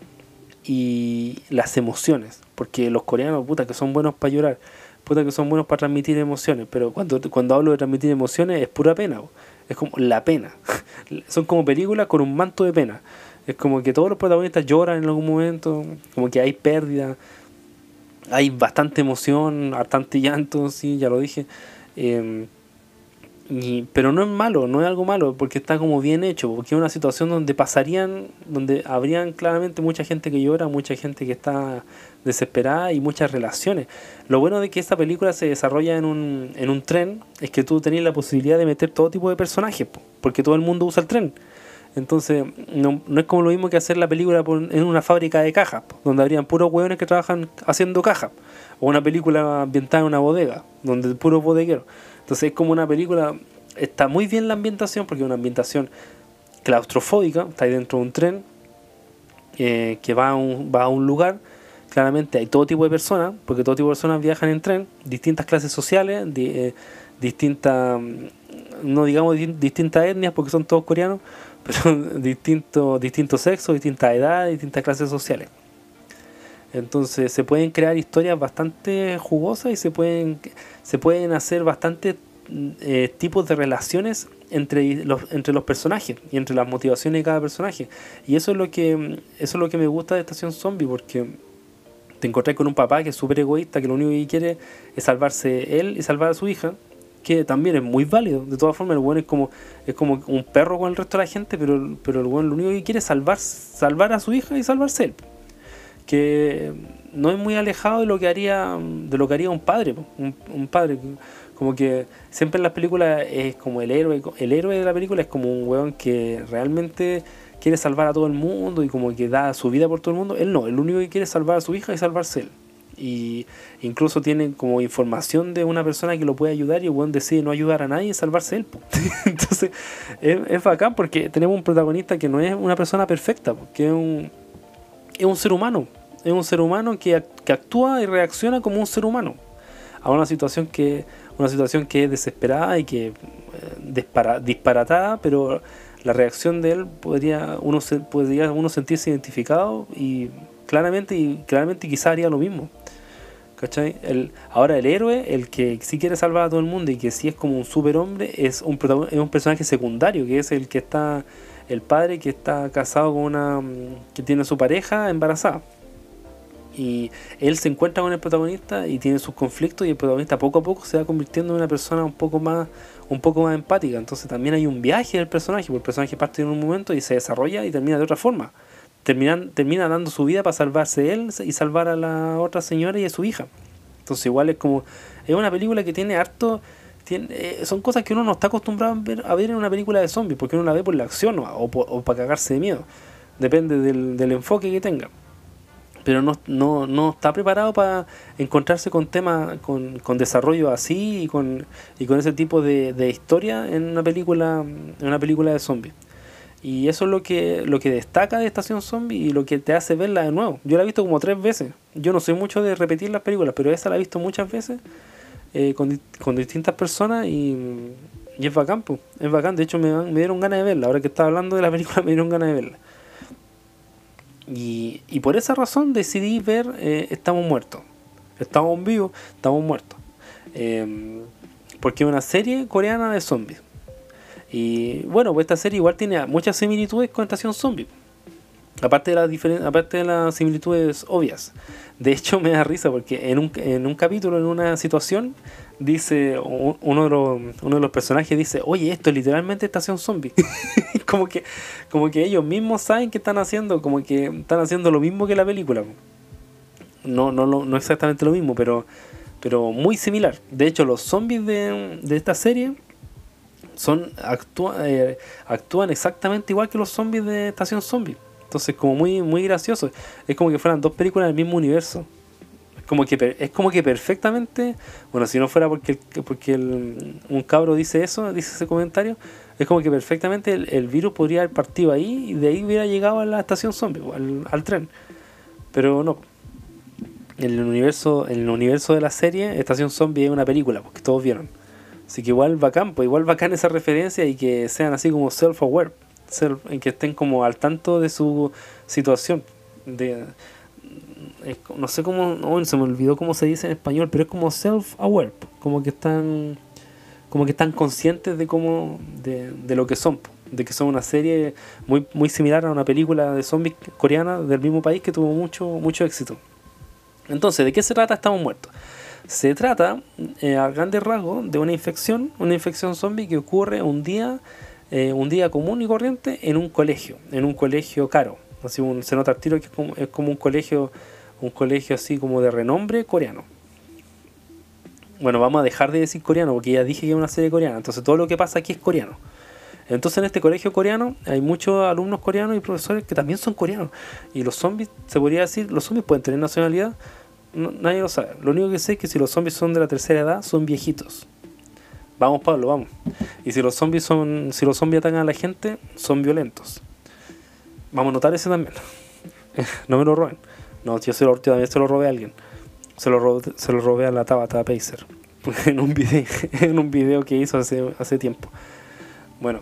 y las emociones. Porque los coreanos, puta, que son buenos para llorar, puta, que son buenos para transmitir emociones. Pero cuando, cuando hablo de transmitir emociones es pura pena, es como la pena. Son como películas con un manto de pena. Es como que todos los protagonistas lloran en algún momento, como que hay pérdida, hay bastante emoción, bastante llanto, sí, ya lo dije. Eh, y, pero no es malo, no es algo malo, porque está como bien hecho, porque es una situación donde pasarían, donde habrían claramente mucha gente que llora, mucha gente que está desesperada y muchas relaciones. Lo bueno de que esta película se desarrolla en un, en un tren es que tú tenés la posibilidad de meter todo tipo de personajes, porque todo el mundo usa el tren. Entonces, no, no es como lo mismo que hacer la película por, en una fábrica de cajas, donde habrían puros hueones que trabajan haciendo cajas, o una película ambientada en una bodega, donde puros bodegueros. Entonces es como una película, está muy bien la ambientación, porque es una ambientación claustrofóbica, está ahí dentro de un tren, eh, que va a, un, va a un lugar, claramente hay todo tipo de personas, porque todo tipo de personas viajan en tren, distintas clases sociales, di, eh, distintas, no digamos distintas etnias, porque son todos coreanos, pero distintos distintos sexos, distintas edades, distintas clases sociales. Entonces se pueden crear historias bastante jugosas y se pueden se pueden hacer bastantes eh, tipos de relaciones entre los entre los personajes y entre las motivaciones de cada personaje. Y eso es lo que eso es lo que me gusta de Estación Zombie, porque te encontrás con un papá que es súper egoísta, que lo único que quiere es salvarse él y salvar a su hija, que también es muy válido. De todas formas, el bueno es como es como un perro con el resto de la gente, pero pero el bueno lo único que quiere es salvar salvar a su hija y salvarse él, que no es muy alejado de lo que haría de lo que haría un padre, un, un padre como que siempre en las películas es como el héroe el héroe de la película es como un huevón que realmente quiere salvar a todo el mundo y como que da su vida por todo el mundo. Él no, el único que quiere es salvar a su hija y salvarse él. Y incluso tiene como información de una persona que lo puede ayudar y el weón decide no ayudar a nadie y salvarse él, po. Entonces es, es bacán porque tenemos un protagonista que no es una persona perfecta, que es un, es un ser humano. Es un ser humano que, que actúa y reacciona como un ser humano a una situación que, una situación que es desesperada y que eh, dispara, disparatada, pero la reacción de él podría uno, se, podría uno sentirse identificado y claramente y claramente quizá haría lo mismo. ¿Cachai? El, ahora el héroe, el que sí quiere salvar a todo el mundo y que sí es como un superhombre, es un, es un personaje secundario, que es el que está, el padre que está casado con una, que tiene a su pareja embarazada. Y él se encuentra con el protagonista y tiene sus conflictos y el protagonista poco a poco se va convirtiendo en una persona un poco más, un poco más empática. Entonces también hay un viaje del personaje, porque el personaje parte en un momento y se desarrolla y termina de otra forma. Terminan, termina dando su vida para salvarse él y salvar a la otra señora y a su hija. Entonces igual es como, es una película que tiene harto, tiene, eh, son cosas que uno no está acostumbrado a ver, a ver en una película de zombies, porque uno la ve por la acción o, o, o para cagarse de miedo, depende del, del enfoque que tenga. Pero no, no, no está preparado para encontrarse con temas, con, con desarrollo así y con, y con ese tipo de, de historia en una película, en una película de zombies. Y eso es lo que, lo que destaca de Estación Zombie y lo que te hace verla de nuevo. Yo la he visto como tres veces. Yo no soy mucho de repetir las películas, pero esa la he visto muchas veces eh, con, con distintas personas y, y es bacán, pues. Es bacán. De hecho, me, me dieron ganas de verla. Ahora que estaba hablando de la película, me dieron ganas de verla. Y, y por esa razón decidí ver eh, Estamos Muertos. Estamos vivos, estamos muertos. Eh, porque es una serie coreana de zombies. Y bueno, pues esta serie igual tiene muchas similitudes con Estación Zombie. Aparte de las diferen- aparte de las similitudes obvias. De hecho me da risa porque en un, en un capítulo, en una situación, dice uno de los, uno de los personajes dice, oye, esto es literalmente Estación Zombie. como que como que ellos mismos saben que están haciendo, como que están haciendo lo mismo que la película. No, no, no, no exactamente lo mismo, pero, pero muy similar. De hecho, los zombies de, de esta serie son actúa, eh, actúan exactamente igual que los zombies de Estación Zombie. Entonces como muy muy gracioso. Es como que fueran dos películas del mismo universo. Es como que es como que perfectamente, bueno, si no fuera porque el, porque el, un cabro dice eso, dice ese comentario, es como que perfectamente el, el virus podría haber partido ahí y de ahí hubiera llegado a la Estación Zombie, al, al tren. Pero no. En el universo en el universo de la serie, Estación Zombie es una película, porque todos vieron. Así que igual bacán, pues igual bacán esa referencia y que sean así como self-aware, self, en que estén como al tanto de su situación. De, es, no sé cómo, no, se me olvidó cómo se dice en español, pero es como self-aware, como que están, como que están conscientes de cómo, de, de lo que son, de que son una serie muy, muy similar a una película de zombies coreana del mismo país que tuvo mucho, mucho éxito. Entonces, ¿de qué se trata Estamos Muertos? Se trata, eh, a grandes rasgos, de una infección, una infección zombie que ocurre un día, eh, un día común y corriente en un colegio, en un colegio caro. Así un, se nota al tiro que es como, es como un colegio, un colegio así como de renombre coreano. Bueno, vamos a dejar de decir coreano porque ya dije que es una serie coreana, entonces todo lo que pasa aquí es coreano. Entonces en este colegio coreano hay muchos alumnos coreanos y profesores que también son coreanos. Y los zombies, se podría decir, los zombies pueden tener nacionalidad. No, nadie lo sabe. Lo único que sé es que si los zombies son de la tercera edad, son viejitos. Vamos, Pablo, vamos. Y si los zombies son, si los zombies atacan a la gente, son violentos. Vamos a notar ese también. No me lo roben. No, yo, se lo, yo también se lo robé a alguien. Se lo robé, se lo robé a la Tabata Pacer. En un video, en un video que hizo hace, hace tiempo. Bueno.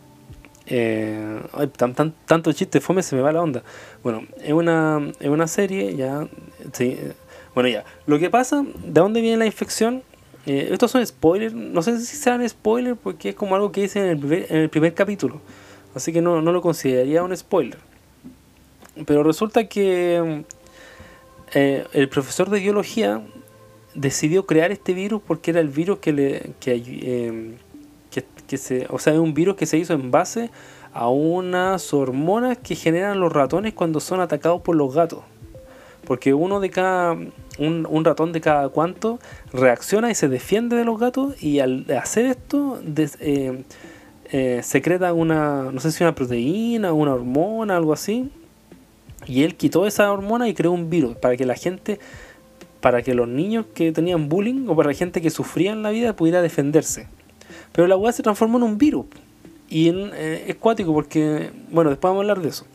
Eh, ay, tan, tan, tanto chiste fome, se me va la onda. Bueno, es una, es una serie ya. Sí, bueno, ya. Lo que pasa, ¿de dónde viene la infección? Eh, estos son spoilers. No sé si sean spoilers porque es como algo que dicen en el primer, en el primer capítulo. Así que no, no lo consideraría un spoiler. Pero resulta que eh, el profesor de biología decidió crear este virus porque era el virus que le. Que, eh, que, que se, o sea, es un virus que se hizo en base a unas hormonas que generan los ratones cuando son atacados por los gatos. Porque uno de cada un, un ratón de cada cuanto reacciona y se defiende de los gatos, y al hacer esto des, eh, eh, secreta una, no sé si una proteína, una hormona, algo así, y él quitó esa hormona y creó un virus para que la gente para que los niños que tenían bullying o para la gente que sufría en la vida pudiera defenderse. Pero la weá se transformó en un virus. Y en, eh, es cuático porque, bueno, después vamos a hablar de eso.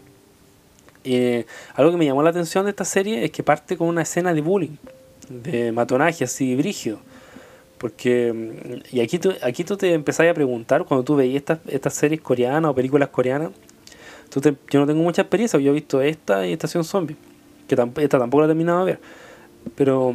Eh, algo que me llamó la atención de esta serie es que parte con una escena de bullying, de matonaje así brígido. Porque, y aquí tú, aquí tú te empezás a preguntar, cuando tú veías estas, estas series coreanas o películas coreanas, tú te, yo no tengo mucha experiencia, yo he visto esta y Estación Zombie, que tamp esta tampoco la he terminado de ver. Pero,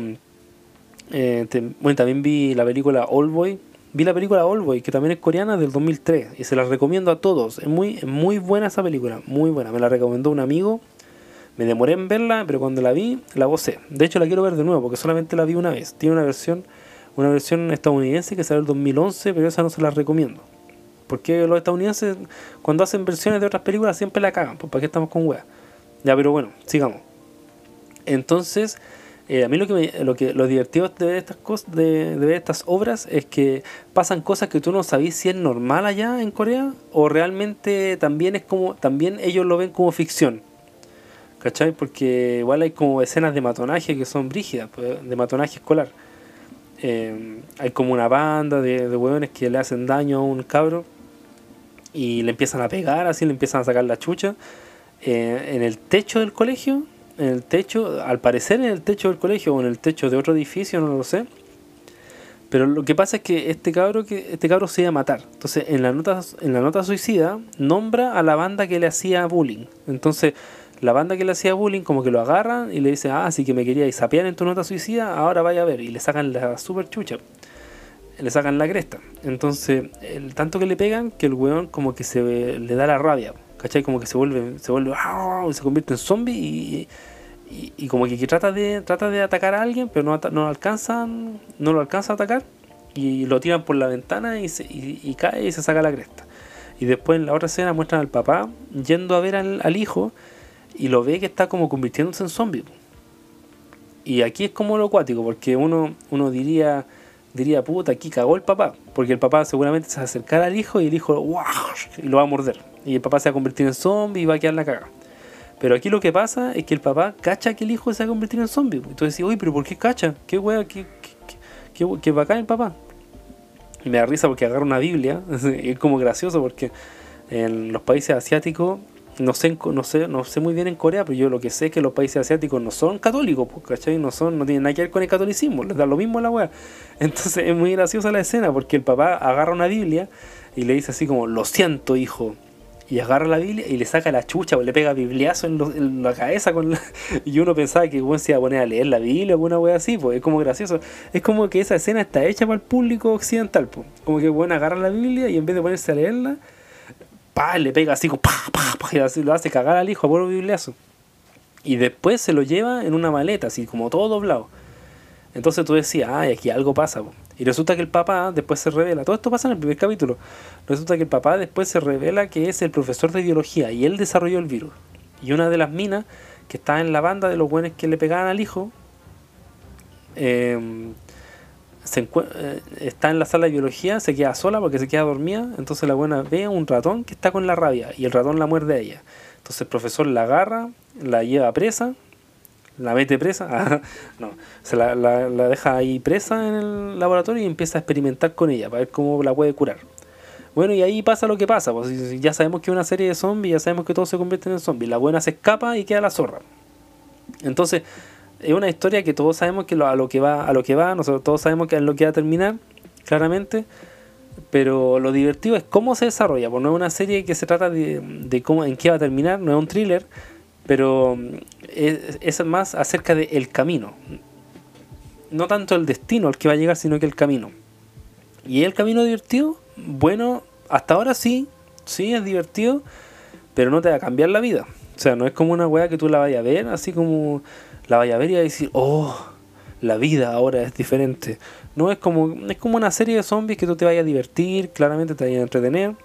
eh, te, bueno, también vi la película Oldboy, vi la película Oldboy, que también es coreana, del dos mil tres, y se la recomiendo a todos. Es muy, es muy buena esa película, muy buena. Me la recomendó un amigo, me demoré en verla, pero cuando la vi, la gocé. De hecho, la quiero ver de nuevo, porque solamente la vi una vez. Tiene una versión, una versión estadounidense que salió en el dos mil once, pero esa no se la recomiendo. Porque los estadounidenses, cuando hacen versiones de otras películas, siempre la cagan. Pues, ¿para qué estamos con weas? Ya, pero bueno, sigamos. Entonces... Eh, a mí lo que, me, lo que lo divertido de ver estas cosas, de, de ver estas obras, es que pasan cosas que tú no sabes si es normal allá en Corea o realmente también es como también ellos lo ven como ficción, ¿cachai? Porque igual hay como escenas de matonaje que son brígidas, de matonaje escolar. Eh, hay como una banda de, de hueones que le hacen daño a un cabro y le empiezan a pegar, así le empiezan a sacar la chucha eh, en el techo del colegio. En el techo, al parecer en el techo del colegio o en el techo de otro edificio, no lo sé. Pero lo que pasa es que este cabro que este cabro se iba a matar. Entonces, en la nota en la nota suicida nombra a la banda que le hacía bullying. Entonces, la banda que le hacía bullying como que lo agarran y le dice, "Ah, sí que me queríais sapear en tu nota suicida, ahora vaya a ver", y le sacan la super chucha. Le sacan la cresta. Entonces, el tanto que le pegan que el weón como que se le da la rabia. ¿Cachai? Como que se vuelve, se vuelve, se convierte en zombie y, y, y como que, que trata de trata de atacar a alguien, pero no, no alcanzan, no lo alcanza a atacar y lo tiran por la ventana y, se, y, y cae y se saca la cresta. Y después en la otra escena muestran al papá yendo a ver al, al hijo y lo ve que está como convirtiéndose en zombie. Y aquí es como lo acuático, porque uno, uno diría... diría, puta, aquí cagó el papá, porque el papá seguramente se va a acercar al hijo y el hijo ¡wow! Y lo va a morder, y el papá se va a convertir en zombie y va a quedar la caga. Pero aquí lo que pasa es que el papá cacha que el hijo se va a convertir en zombie. Entonces dice, uy, pero ¿por qué cacha? ¿Qué wea? ¿Qué, qué, qué, qué bacán el papá? Y me da risa porque agarra una Biblia, es como gracioso porque en los países asiáticos, no sé, no sé, no sé muy bien en Corea, pero yo lo que sé es que los países asiáticos no son católicos, ¿cachai? No son, no tienen nada que ver con el catolicismo, les da lo mismo a la wea. Entonces es muy graciosa la escena porque el papá agarra una Biblia y le dice así como, "Lo siento, hijo", y agarra la Biblia y le saca la chucha, o le pega bibliazo en, lo, en la cabeza con la... y uno pensaba que bueno, se iba a poner a leer la Biblia o alguna wea así, pues es como gracioso. Es como que esa escena está hecha para el público occidental, pues. Como que bueno, agarra la Biblia y en vez de ponerse a leerla, pa, le pega así, pa, pa, pa, y así lo hace cagar al hijo a puro bibliazo. Y después se lo lleva en una maleta, así como todo doblado. Entonces tú decías, ay, aquí algo pasa, po. Y resulta que el papá después se revela, todo esto pasa en el primer capítulo, resulta que el papá después se revela que es el profesor de biología y él desarrolló el virus. Y una de las minas que está en la banda de los buenos que le pegaban al hijo, eh, se eh, está en la sala de biología, se queda sola porque se queda dormida, entonces la buena ve a un ratón que está con la rabia y el ratón la muerde a ella. Entonces el profesor la agarra, la lleva presa, la mete presa, ah, no, se la, la, la deja ahí presa en el laboratorio y empieza a experimentar con ella para ver cómo la puede curar. Bueno, y ahí pasa lo que pasa, pues ya sabemos que es una serie de zombies, ya sabemos que todos se convierten en zombies, la buena se escapa y queda la zorra. Entonces es una historia que todos sabemos que lo, a lo que va, a lo que va, nosotros todos sabemos que es lo que va a terminar, claramente, pero lo divertido es cómo se desarrolla, pues no es una serie que se trata de, de cómo, en qué va a terminar, no es un thriller, pero es, es más acerca del camino, no tanto el destino al que va a llegar, sino que el camino. Y el camino divertido, bueno, hasta ahora sí, sí es divertido, pero no te va a cambiar la vida. O sea, no es como una weá que tú la vayas a ver, así como la vayas a ver y a decir, oh, la vida ahora es diferente. No, es como, es como una serie de zombies que tú te vayas a divertir, claramente te vayas a entretener,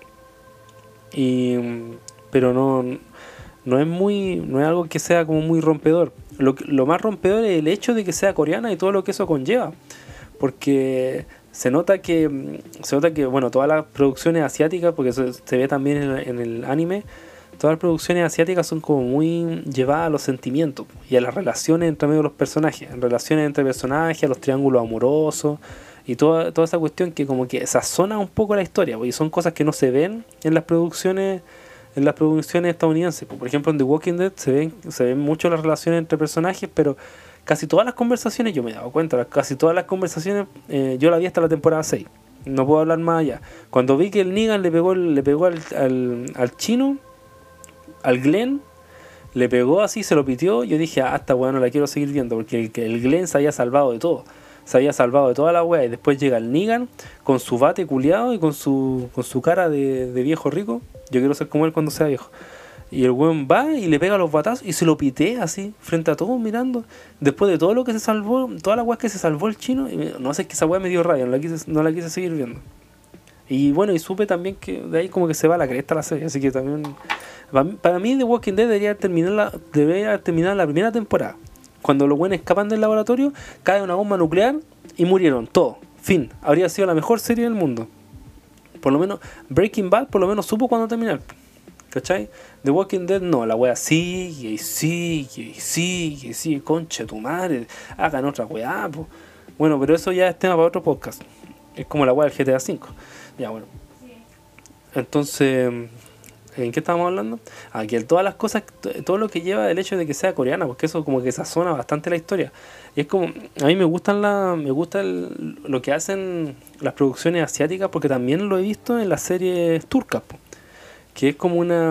y, pero no, no es muy, no es algo que sea como muy rompedor. Lo, lo más rompedor es el hecho de que sea coreana y todo lo que eso conlleva, porque se nota que, se nota que bueno, todas las producciones asiáticas, porque se, se ve también en, en el anime, todas las producciones asiáticas son como muy llevadas a los sentimientos y a las relaciones entre medio de los personajes, en relaciones entre personajes, a los triángulos amorosos y toda, toda esa cuestión que como que sazona un poco la historia, porque son cosas que no se ven en las producciones en las producciones estadounidenses. Por ejemplo, en The Walking Dead se ven, se ven mucho las relaciones entre personajes, pero casi todas las conversaciones, yo me he dado cuenta, casi todas las conversaciones, eh, yo la vi hasta la temporada seis. No puedo hablar más allá. Cuando vi que el Negan le pegó, le pegó al, al, al chino, al Glenn, le pegó así, se lo pitió, yo dije, ah, esta weá no la quiero seguir viendo, porque el, el Glenn se había salvado de todo. Se había salvado de toda la weá, y después llega el Negan con su bate culiado y con su, con su cara de, de viejo rico. Yo quiero ser como él cuando sea viejo. Y el weón va y le pega los batazos y se lo pitea así, frente a todos mirando. Después de todo lo que se salvó, toda la weá que se salvó el chino, y me, no sé, es que esa weá me dio rabia, no la quise, no la quise seguir viendo. Y bueno, y supe también que de ahí como que se va a la cresta la serie, así que también... Para, para mí The Walking Dead debería terminar la, debería terminar la primera temporada. Cuando los buenos escapan del laboratorio, cae una bomba nuclear y murieron, todo. Fin, habría sido la mejor serie del mundo. Por lo menos, Breaking Bad por lo menos supo cuándo terminar. ¿Cachai? The Walking Dead no, la wea sigue y sigue y sigue y sigue, concha tu madre, hagan otra wea, po. Bueno, pero eso ya es tema para otro podcast. Es como la wea del G T A cinco. Ya, bueno. Entonces, ¿en qué estábamos hablando? Aquí ah, todas las cosas, todo lo que lleva el hecho de que sea coreana, porque eso como que sazona bastante la historia. Y es como, a mí me gustan la, me gusta el, lo que hacen las producciones asiáticas, porque también lo he visto en las series turcas, po. Que es como una,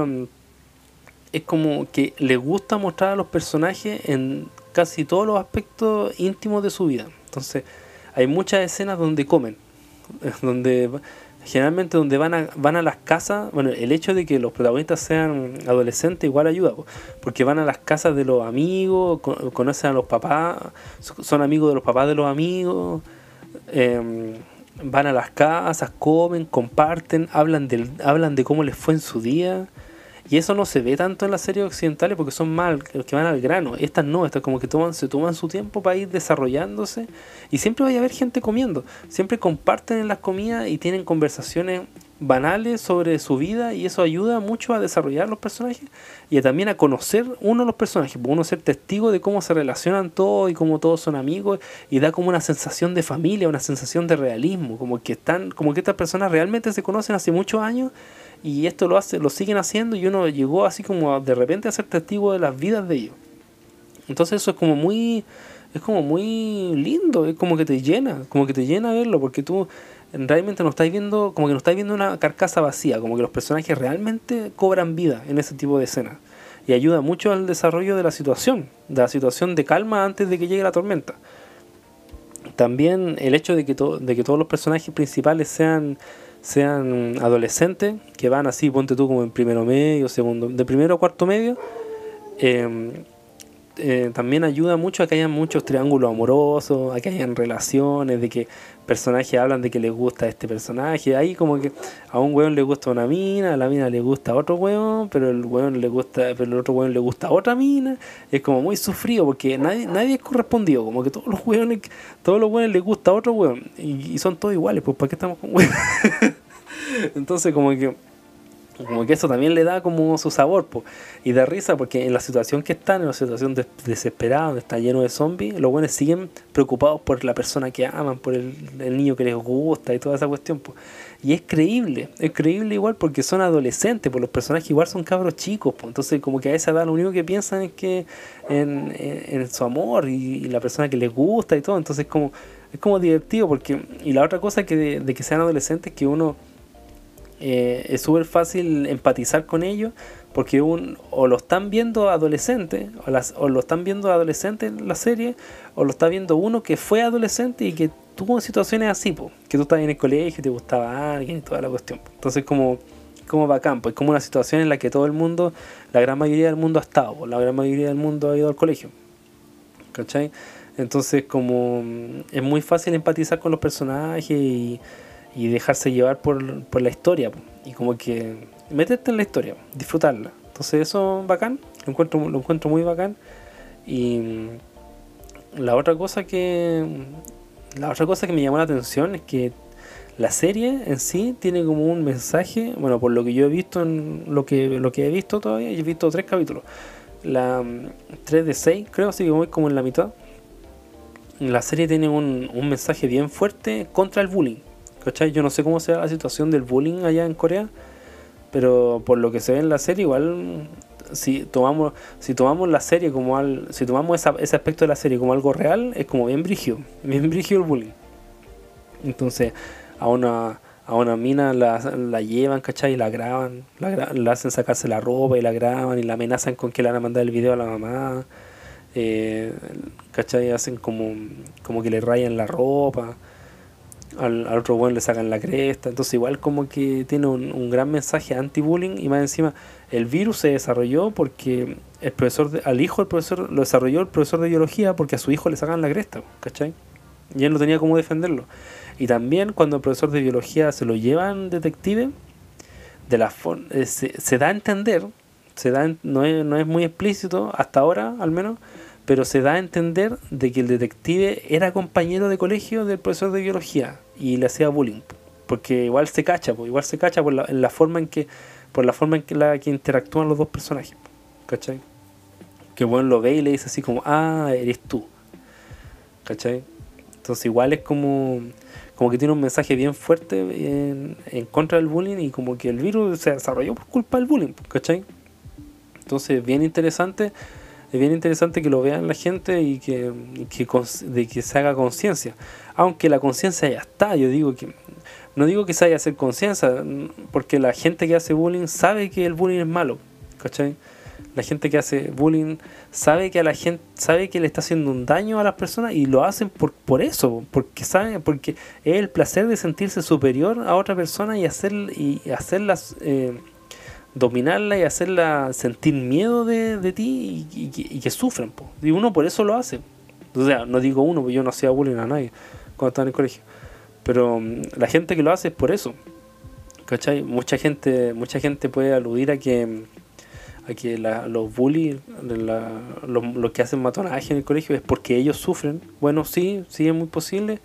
es como que le gusta mostrar a los personajes en casi todos los aspectos íntimos de su vida. Entonces hay muchas escenas donde comen, donde generalmente donde van a, van a las casas. Bueno, el hecho de que los protagonistas sean adolescentes igual ayuda, porque van a las casas de los amigos, conocen a los papás, son amigos de los papás de los amigos, eh, van a las casas, comen, comparten, hablan del, hablan de cómo les fue en su día. Y eso no se ve tanto en las series occidentales porque son más los que van al grano. Estas no, estas como que toman, se toman su tiempo para ir desarrollándose. Y siempre va a haber gente comiendo. Siempre comparten en las comidas y tienen conversaciones banales sobre su vida. Y eso ayuda mucho a desarrollar los personajes y a también a conocer uno los personajes. Uno ser testigo de cómo se relacionan todos y cómo todos son amigos. Y da como una sensación de familia, una sensación de realismo. Como que están, como que estas personas realmente se conocen hace muchos años. Y esto lo hace, lo siguen haciendo y uno llegó así como a, de repente a ser testigo de las vidas de ellos. Entonces eso es como muy, es como muy lindo, es como que te llena, como que te llena verlo, porque tú realmente no estás viendo, como que no estás viendo una carcasa vacía, como que los personajes realmente cobran vida en ese tipo de escenas. Y ayuda mucho al desarrollo de la situación, de la situación de calma antes de que llegue la tormenta. También el hecho de que, to, de que todos los personajes principales sean sean adolescentes, que van así, ponte tú como en primero medio, segundo, de primero a cuarto medio, eh, eh, también ayuda mucho a que haya muchos triángulos amorosos, a que hayan relaciones, de que personajes hablan de que les gusta este personaje, ahí como que a un weón le gusta una mina, a la mina le gusta otro weón, pero el weón le gusta, pero el otro weón le gusta otra mina, es como muy sufrido porque nadie, nadie es correspondido, como que todos los weones, todos los weones les gusta otro weón, y, y son todos iguales, pues ¿para qué estamos con weón? Entonces como que como que eso también le da como su sabor, po. Y da risa porque en la situación que están, en la situación de, desesperada, donde está lleno de zombies, los buenos siguen preocupados por la persona que aman, por el, el niño que les gusta y toda esa cuestión, po. Y es creíble, es creíble igual porque son adolescentes, pues los personajes igual son cabros chicos, po. Entonces como que a esa edad lo único que piensan es que en, en, en su amor y, y la persona que les gusta y todo, entonces como es como divertido porque, y la otra cosa que de, de que sean adolescentes que uno Eh, es súper fácil empatizar con ellos porque un, o lo están viendo adolescente o, las, o lo están viendo adolescente en la serie o lo está viendo uno que fue adolescente y que tuvo situaciones así, po, que tú estabas en el colegio, te gustaba alguien y toda la cuestión, po. Entonces como, como bacán, pues como una situación en la que todo el mundo, la gran mayoría del mundo ha estado, po, la gran mayoría del mundo ha ido al colegio, ¿cachai? Entonces como es muy fácil empatizar con los personajes y y dejarse llevar por, por la historia, y como que meterte en la historia, disfrutarla. Entonces eso es bacán, lo encuentro, lo encuentro muy bacán. Y la otra cosa que la otra cosa que me llamó la atención es que La serie en sí tiene como un mensaje, bueno, por lo que yo he visto, en lo que lo que he visto todavía, he visto tres capítulos. La mm, tres de seis, creo, así que voy como en la mitad. La serie tiene un, un mensaje bien fuerte contra el bullying, ¿cachai? Yo no sé cómo sea la situación del bullying allá en Corea, pero por lo que se ve en la serie, igual si tomamos si tomamos la serie como al, si tomamos esa, ese aspecto de la serie como algo real, es como bien brígido, bien brígido el bullying. Entonces, a una a una mina la, la llevan, ¿cachai? Y la graban, la, gra- la hacen sacarse la ropa y la graban y la amenazan con que le van a mandar el video a la mamá. Eh, ¿Cachai? Hacen como, como que le rayan la ropa, al, al otro weón le sacan la cresta. Entonces igual como que tiene un, un gran mensaje anti-bullying. Y más encima el virus se desarrolló porque el profesor de- al hijo del profesor lo desarrolló el profesor de biología porque a su hijo le sacan la cresta, ¿cachai? Y él no tenía cómo defenderlo. Y también cuando el profesor de biología se lo llevan detective, de la for- eh, se, se da a entender, se da en- no es, no es muy explícito hasta ahora al menos, pero se da a entender de que el detective era compañero de colegio del profesor de biología y le hacía bullying, porque igual se cacha, pues, igual se cacha por la, en la forma en que por la forma en que la que interactúan los dos personajes, ¿cachai? Que bueno lo ve y le dice así como, ah, eres tú, ¿cachai? Entonces igual es como como que tiene un mensaje bien fuerte en, en contra del bullying y como que el virus se desarrolló por culpa del bullying, ¿cachai? Entonces bien interesante, es bien interesante que lo vean la gente y que, y que cons- de que se haga conciencia. Aunque la conciencia ya está, yo digo que no digo que se haya a hacer conciencia, mm, porque la gente que hace bullying sabe que el bullying es malo, ¿cachai? La gente que hace bullying sabe que a la gente sabe que le está haciendo un daño a las personas y lo hacen por, por eso, porque saben, porque es el placer de sentirse superior a otra persona y hacer y hacerlas eh, dominarla y hacerla sentir miedo de, de ti y, y que- y que sufran, po. Y uno por eso lo hace. O sea, no digo uno, porque yo no hacía bullying a nadie cuando estaba en el colegio. Pero mm, la gente que lo hace es por eso. ¿Cachai? Mucha gente, mucha gente puede aludir a que a que la- los bullies, la, lo, lo que hacen matonaje en el colegio es porque ellos sufren. Bueno, sí, sí es muy posible,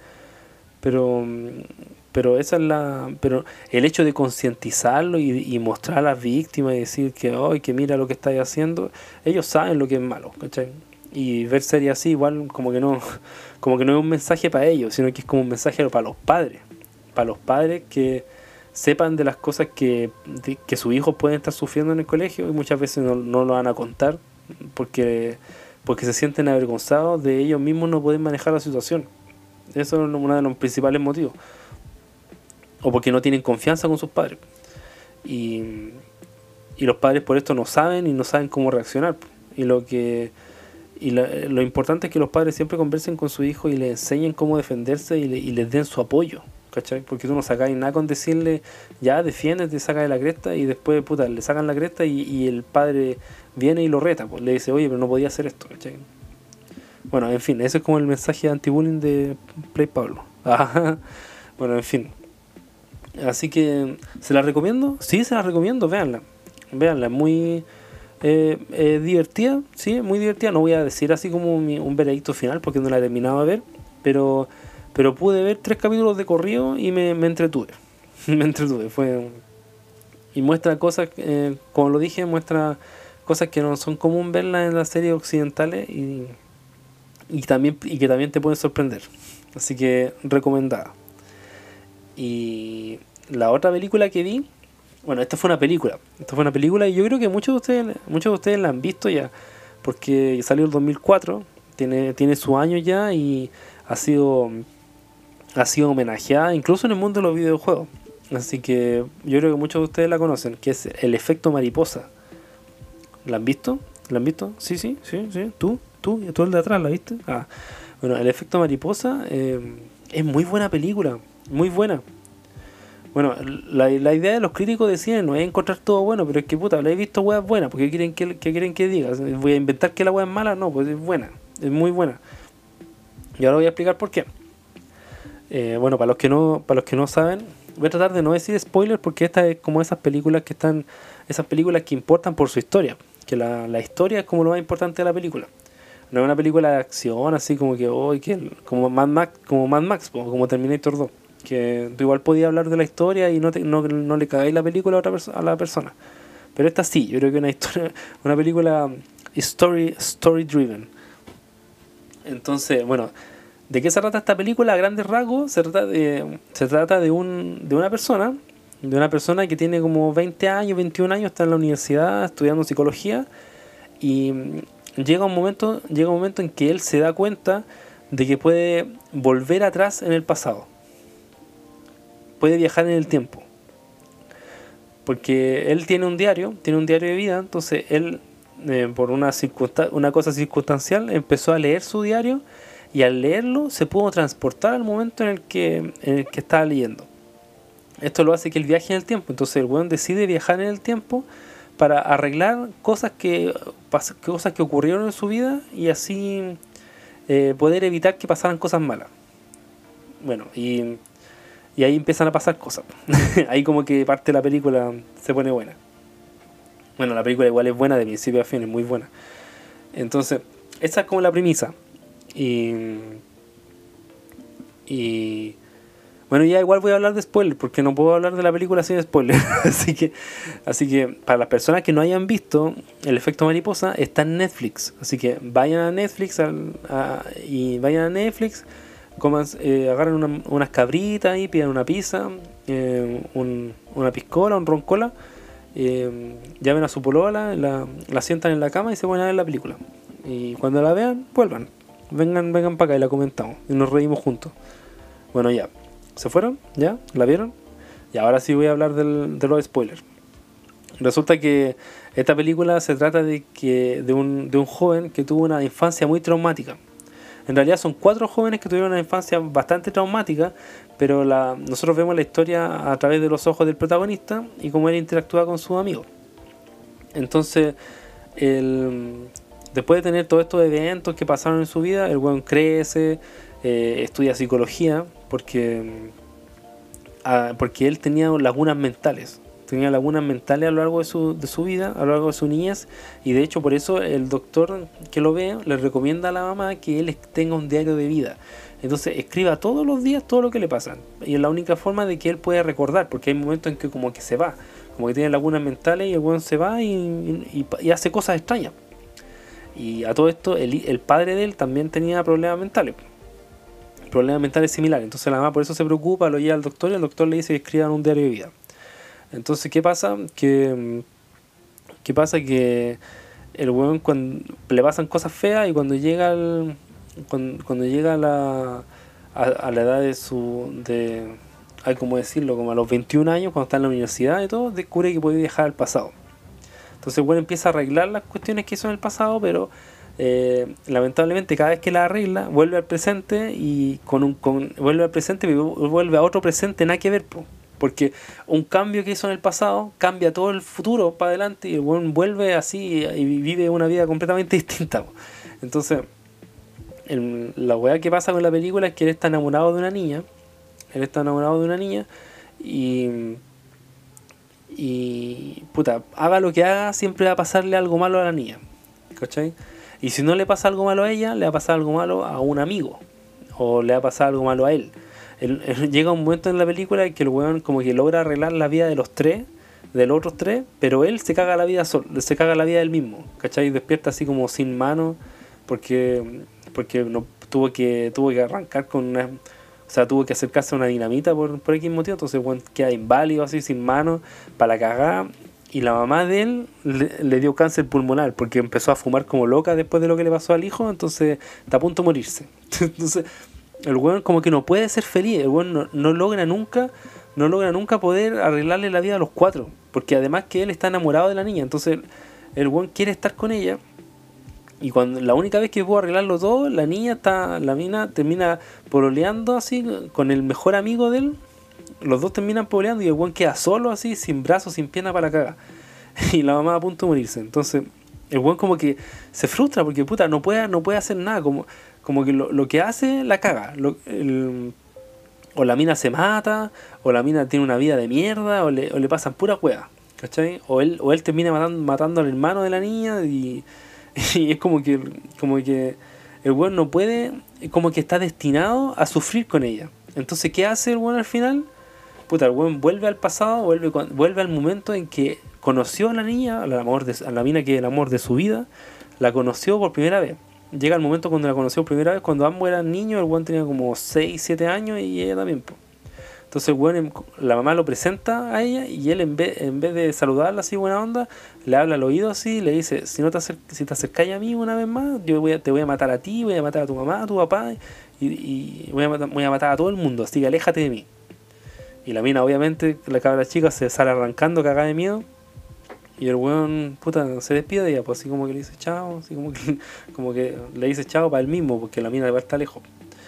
pero mm, pero esa es la pero el hecho de concientizarlo y, y mostrar a las víctimas y decir que hoy que mira lo que estáis haciendo, ellos saben lo que es malo, ¿cachai? Y ver series así igual como que no como que no es un mensaje para ellos, sino que es como un mensaje para los padres, para los padres que sepan de las cosas que, de- que sus hijos pueden estar sufriendo en el colegio y muchas veces no, no lo van a contar porque porque se sienten avergonzados de ellos mismos no poder manejar la situación. Eso es uno de los principales motivos. O porque no tienen confianza con sus padres. Y, y los padres por esto no saben y no saben cómo reaccionar. Y lo que y la- lo importante es que los padres siempre conversen con su hijo y le enseñen cómo defenderse y, le- y les den su apoyo. ¿Cachai? Porque tú no sacas nada con decirle, ya defiéndete, saca de la cresta y después, puta, le sacan la cresta y, y el padre viene y lo reta. Pues le dice, oye, pero no podía hacer esto, ¿cachai? Bueno, en fin, ese es como el mensaje anti-bullying de Play Pablo. Ajá. Bueno, en fin. Así que, ¿se la recomiendo? Sí, se la recomiendo, véanla. Véanla, es muy eh, eh, divertida, sí, muy divertida. No voy a decir así como mi- un veredicto final porque no la he terminado de ver, pero, pero pude ver tres capítulos de corrido y me, me entretuve. Me entretuve, fue... Y muestra cosas, eh, como lo dije, muestra cosas que no son común verlas en las series occidentales y, y, también, y que también te pueden sorprender. Así que recomendada. Y la otra película que vi, bueno, esta fue una película, esta fue una película y yo creo que muchos de ustedes, muchos de ustedes la han visto ya, porque salió el dos mil cuatro, tiene, tiene su año ya y ha sido, ha sido homenajeada incluso en el mundo de los videojuegos. Así que yo creo que muchos de ustedes la conocen, que es El efecto mariposa. ¿La han visto? ¿La han visto? Sí, sí, sí, sí. ¿Tú? ¿Tú? ¿Y tú el de atrás la viste? Ah, bueno, El efecto mariposa eh, es muy buena película, muy buena. Bueno, la, la idea de los críticos decían no es encontrar todo bueno, pero es que puta, la he visto weas buenas, porque quieren que, que quieren que diga, voy a inventar que la wea es mala, no, pues es buena, es muy buena. Y ahora voy a explicar por qué. Eh, bueno, para los que no, para los que no saben, voy a tratar de no decir spoilers porque esta es como esas películas que están, esas películas que importan por su historia, que la, la historia es como lo más importante de la película. No es una película de acción así como que hoy que como Mad Max, como Mad Max, como Terminator dos. que tú igual podías hablar de la historia y no, te, no, no le cagáis la película a, otra perso- a la persona. Pero esta sí, yo creo que es una historia, una película story, story driven. Entonces, bueno, ¿de qué se trata esta película? A grandes rasgos, se trata de, se trata de, un, de una persona, de una persona que tiene como veinte años, veintiún años, está en la universidad estudiando psicología y llega un momento, llega un momento en que él se da cuenta de que puede volver atrás en el pasado. Puede viajar en el tiempo. Porque él tiene un diario, tiene un diario de vida, entonces él, eh, por una, circunstan- una cosa circunstancial, empezó a leer su diario y al leerlo se pudo transportar al momento en el que, en el que estaba leyendo. Esto lo hace que él viaje en el tiempo, entonces el weón decide viajar en el tiempo para arreglar cosas que, pas- cosas que ocurrieron en su vida y así eh, poder evitar que pasaran cosas malas. Bueno, y, y ahí empiezan a pasar cosas. Ahí como que parte de la película se pone buena. Bueno, la película igual es buena de principio a fin, es muy buena. Entonces, esa es como la premisa. Y, y bueno, ya igual voy a hablar de spoiler, porque no puedo hablar de la película sin spoiler. así que así que para las personas que no hayan visto El efecto mariposa, está en Netflix. Así que vayan a Netflix al, a, y vayan a Netflix, coman, eh, agarren una, unas cabritas y pidan una pizza, eh, un, una piscola, un roncola, eh, llamen a su polola, la, la sientan en la cama y se ponen a ver la película. Y cuando la vean, vuelvan. Vengan, vengan para acá y la comentamos. Y nos reímos juntos. Bueno, ya. ¿Se fueron? ¿Ya? ¿La vieron? Y ahora sí voy a hablar del, de los spoilers. Resulta que esta película se trata de que de un, de un joven que tuvo una infancia muy traumática. En realidad son cuatro jóvenes que tuvieron una infancia bastante traumática, pero la, nosotros vemos la historia a través de los ojos del protagonista y cómo él interactúa con sus amigos. Entonces, el, después de tener todos estos eventos que pasaron en su vida, el weón crece, eh, estudia psicología, porque, ah, porque él tenía lagunas mentales. Tenía lagunas mentales a lo largo de su, de su vida, a lo largo de su niñez, y de hecho por eso el doctor que lo ve le recomienda a la mamá que él tenga un diario de vida. Entonces escriba todos los días todo lo que le pasa, y es la única forma de que él pueda recordar, porque hay momentos en que como que se va, como que tiene lagunas mentales y el weón se va y, y, y hace cosas extrañas. Y a todo esto el, el padre de él también tenía problemas mentales, problemas mentales similares. Entonces la mamá por eso se preocupa, lo lleva al doctor y el doctor le dice que escriban un diario de vida. Entonces, ¿qué pasa? Que, ¿qué pasa? Que el weón cuando le pasan cosas feas y cuando llega al, cuando, cuando llega a la, a, a la edad de su, de, hay como decirlo, como a los veintiún años, cuando está en la universidad y todo, descubre que puede viajar al pasado. Entonces el weón empieza a arreglar las cuestiones que hizo en el pasado, pero eh, lamentablemente cada vez que la arregla, vuelve al presente y con un, con, vuelve al presente y vuelve a otro presente nada que ver, po. Porque un cambio que hizo en el pasado cambia todo el futuro para adelante y el buen vuelve así y vive una vida completamente distinta. Entonces, el, la weá que pasa con la película es que él está enamorado de una niña. Él está enamorado de una niña y... Y... Puta, haga lo que haga, siempre va a pasarle algo malo a la niña. ¿Cachai? Y si no le pasa algo malo a ella, le va a pasar algo malo a un amigo. O le va a pasar algo malo a él. El, el, llega un momento en la película en que el weón como que logra arreglar la vida de los tres, de los otros tres, pero él se caga la vida sol, se caga la vida del mismo, ¿cachai? Despierta así como sin mano, porque porque no tuvo que tuvo que arrancar con una, o sea, tuvo que acercarse a una dinamita por, por X motivo, entonces el weón queda inválido así sin mano, para la cagada, y la mamá de él le, le dio cáncer pulmonar, porque empezó a fumar como loca después de lo que le pasó al hijo, entonces está a punto de morirse. Entonces el weón como que no puede ser feliz, el weón no, no logra nunca, no logra nunca poder arreglarle la vida a los cuatro, porque además que él está enamorado de la niña, entonces el weón quiere estar con ella, y cuando la única vez que pudo arreglarlo todo, la niña está, la mina termina pololeando así con el mejor amigo de él, los dos terminan pololeando y el weón queda solo así, sin brazos, sin pierna para la caga, y la mamá a punto de morirse. Entonces el weón como que se frustra porque puta no puede, no puede hacer nada, como como que lo, lo que hace la caga, lo, el, o la mina se mata, o la mina tiene una vida de mierda, o le, o le pasan puras huevas, ¿cachai? O él, o él termina matando, matando al hermano de la niña y, y es como que como que el weón no puede, como que está destinado a sufrir con ella. Entonces, ¿qué hace el weón al final? Puta, el weón vuelve al pasado, vuelve, vuelve al momento en que conoció a la niña, a la, amor de, a la mina que es el amor de su vida, la conoció por primera vez. Llega el momento cuando la conoció por primera vez, cuando ambos eran niños, el weón tenía como seis, siete años y ella también, po. Entonces el weón, la mamá lo presenta a ella y él en vez, en vez de saludarla así buena onda, le habla al oído así y le dice, si no te acer si te acercáis a mí una vez más, yo voy a, te voy a matar a ti, voy a matar a tu mamá, a tu papá y, y voy, a matar, voy a matar a todo el mundo, así que aléjate de mí. Y la mina obviamente, la cabra chica se sale arrancando cagada de miedo. Y el weón, puta, se despide de ella, pues así como que le dice chao, así como que, como que le dice chao para él mismo, porque la mina igual está lejos.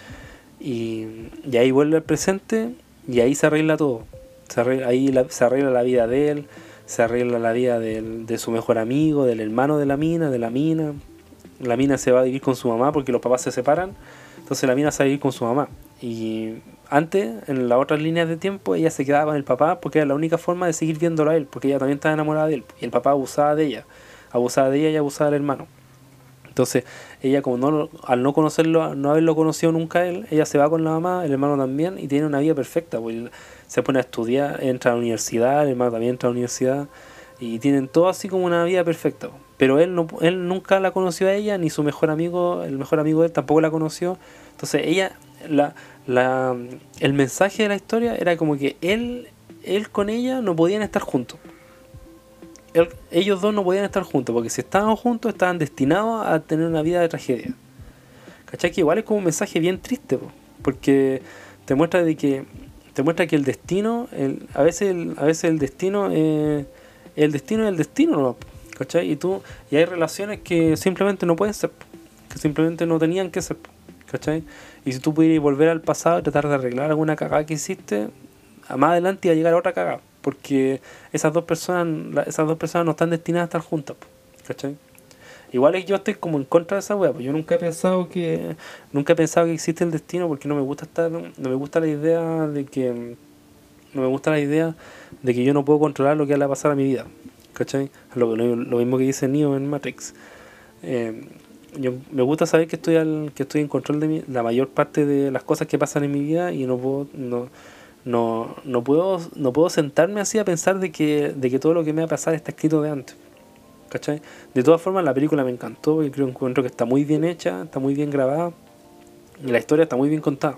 Y, y ahí vuelve al presente y ahí se arregla todo. Se arregla, ahí la, se arregla la vida de él, se arregla la vida de, de su mejor amigo, del hermano de la mina, de la mina. La mina se va a vivir con su mamá porque los papás se separan, entonces la mina se va a vivir con su mamá. Y antes, en las otras líneas de tiempo, ella se quedaba con el papá porque era la única forma de seguir viéndolo a él, porque ella también estaba enamorada de él. Y el papá abusaba de ella, abusaba de ella y abusaba del hermano. Entonces, ella como no, al no conocerlo, al no haberlo conocido nunca a él, ella se va con la mamá, el hermano también, y tiene una vida perfecta. Pues se pone a estudiar, entra a la universidad, el hermano también entra a la universidad, y tienen todo así como una vida perfecta. Pero él no, él nunca la conoció a ella, ni su mejor amigo, el mejor amigo de él tampoco la conoció. Entonces ella, la, la, el mensaje de la historia era como que él, él con ella no podían estar juntos. Él, ellos dos no podían estar juntos, porque si estaban juntos estaban destinados a tener una vida de tragedia. ¿Cachai? Que igual es como un mensaje bien triste, po, porque te muestra de que te muestra que el destino, el, a veces el, a veces el destino, eh, el destino es el destino, ¿no? ¿Cachai? Y tú, y hay relaciones que simplemente no pueden ser, que simplemente no tenían que ser, ¿cachai? Y si tú pudieras volver al pasado y tratar de arreglar alguna cagada que hiciste, más adelante iba a llegar a otra cagada, porque esas dos personas, esas dos personas no están destinadas a estar juntas, ¿cachai? Igual yo estoy como en contra de esa wea, pues yo nunca he pensado que nunca he pensado que existe el destino, porque no me gusta estar, no me gusta la idea de que no me gusta la idea de que yo no puedo controlar lo que le va a pasar a mi vida, ¿cachai? Lo, lo, lo mismo que dice Neo en Matrix. Eh, yo me gusta saber que estoy al, que estoy en control de mi, la mayor parte de las cosas que pasan en mi vida, y no puedo no no no puedo no puedo sentarme así a pensar de que de que todo lo que me va a pasar está escrito de antes, ¿cachai? De todas formas la película me encantó, y creo encuentro que está muy bien hecha, está muy bien grabada y la historia está muy bien contada.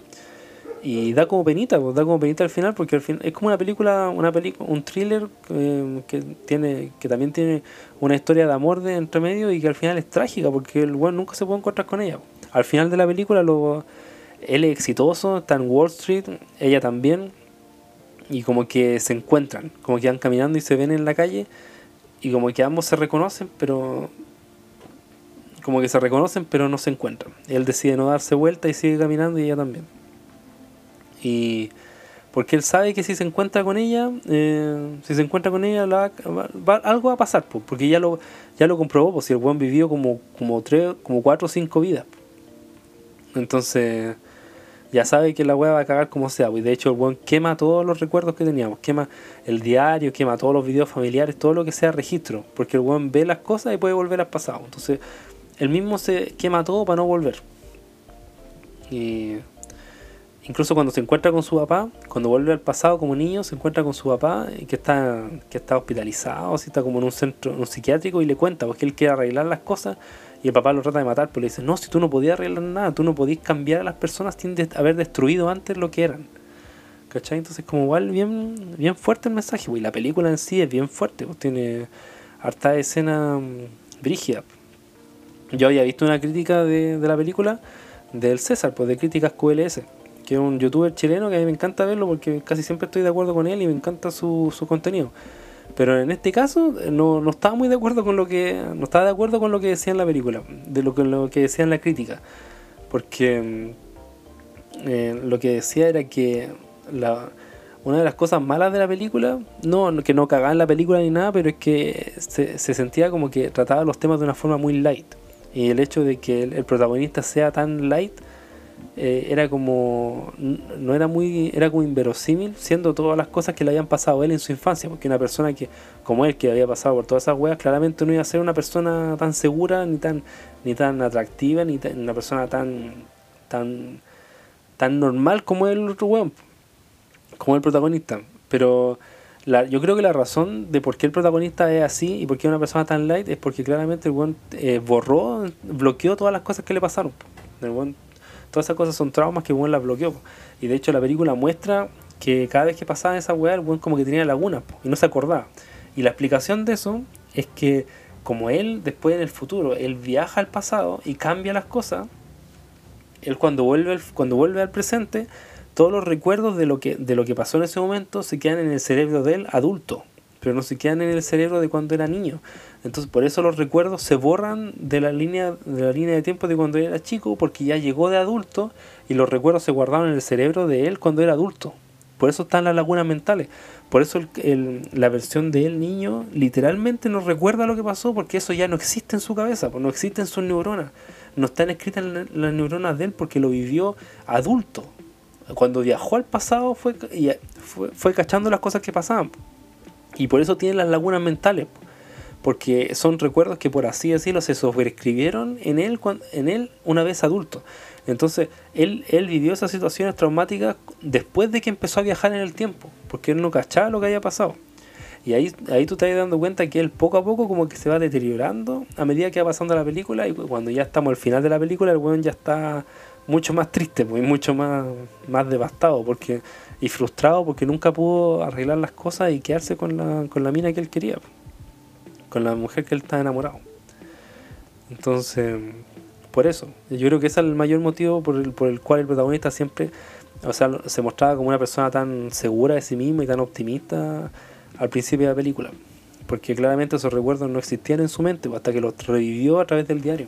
Y da como penita, pues, da como penita al final, porque al final es como una película, una película, un thriller eh, que tiene, que también tiene una historia de amor de entre medio, y que al final es trágica, porque el weón nunca se puede encontrar con ella. Al final de la película lo, él es exitoso, está en Wall Street, ella también, y como que se encuentran, como que van caminando y se ven en la calle, y como que ambos se reconocen, pero como que se reconocen pero no se encuentran. Él decide no darse vuelta y sigue caminando, y ella también. Y porque él sabe que si se encuentra con ella, eh, si se encuentra con ella, la, va, va, algo va a pasar, pues, porque ya lo ya lo comprobó, pues si el buen vivió como como tres, como cuatro o cinco vidas. Entonces ya sabe que la weá va a cagar como sea, pues. De hecho el buen quema todos los recuerdos que teníamos, quema el diario, quema todos los videos familiares, todo lo que sea registro, porque el buen ve las cosas y puede volver al pasado. Entonces él mismo se quema todo para no volver. Y incluso cuando se encuentra con su papá, cuando vuelve al pasado como niño, se encuentra con su papá que está, que está hospitalizado, así está como en un centro, en un psiquiátrico, y le cuenta porque él quiere arreglar las cosas, y el papá lo trata de matar, pero le dice, no, si tú no podías arreglar nada, tú no podías cambiar a las personas, tienes que haber destruido antes lo que eran, ¿cachai? Entonces como igual bien, bien fuerte el mensaje, y la película en sí es bien fuerte, pues tiene harta escena brígida. Yo había visto una crítica de, de la película del César, pues de Críticas Q L S, que es un youtuber chileno que a mí me encanta verlo porque casi siempre estoy de acuerdo con él y me encanta su, su contenido. Pero en este caso no, no estaba muy de acuerdo con lo que no estaba de acuerdo con lo que decía en la película, de lo que, lo que decía en la crítica, porque eh, lo que decía era que la, una de las cosas malas de la película, no que no cagaba en la película ni nada, pero es que se, se sentía como que trataba los temas de una forma muy light, y el hecho de que el, el protagonista sea tan light Eh, era como no era muy era como inverosímil, siendo todas las cosas que le habían pasado a él en su infancia, porque una persona que como él, que había pasado por todas esas weas, claramente no iba a ser una persona tan segura, ni tan ni tan atractiva, ni tan, una persona tan tan tan normal como el otro weón, como el protagonista. Pero la, yo creo que la razón de por qué el protagonista es así y por qué es una persona tan light es porque claramente el weón eh, borró, bloqueó todas las cosas que le pasaron. El weón, todas esas cosas son traumas que el weón las bloqueó. Y de hecho la película muestra que cada vez que pasaba esa weá, el weón como que tenía lagunas y no se acordaba. Y la explicación de eso es que como él después en el futuro, él viaja al pasado y cambia las cosas, él cuando vuelve al, cuando vuelve al presente, todos los recuerdos de lo que de lo que pasó en ese momento se quedan en el cerebro de él adulto, pero no se quedan en el cerebro de cuando era niño. Entonces por eso los recuerdos se borran de la línea de la línea de tiempo de cuando era chico, porque ya llegó de adulto y los recuerdos se guardaron en el cerebro de él cuando era adulto. Por eso están las lagunas mentales. Por eso el, el, la versión de él niño literalmente no recuerda lo que pasó, porque eso ya no existe en su cabeza, pues no existe en sus neuronas. No están escritas en las neuronas de él porque lo vivió adulto. Cuando viajó al pasado fue, fue, fue cachando las cosas que pasaban. Y por eso tiene las lagunas mentales. Porque son recuerdos que, por así decirlo, se sobreescribieron en él, en él una vez adulto. Entonces, él, él vivió esas situaciones traumáticas después de que empezó a viajar en el tiempo. Porque él no cachaba lo que había pasado. Y ahí, ahí tú te vas dando cuenta que él poco a poco como que se va deteriorando a medida que va pasando la película. Y cuando ya estamos al final de la película, el weón ya está mucho más triste, pues, mucho más, más devastado porque, y frustrado porque nunca pudo arreglar las cosas y quedarse con la, con la mina que él quería, con la mujer que él estaba enamorado. Entonces, por eso, yo creo que ese es el mayor motivo por el, por el cual el protagonista siempre, o sea, se mostraba como una persona tan segura de sí mismo y tan optimista al principio de la película, porque claramente esos recuerdos no existían en su mente hasta que los revivió a través del diario.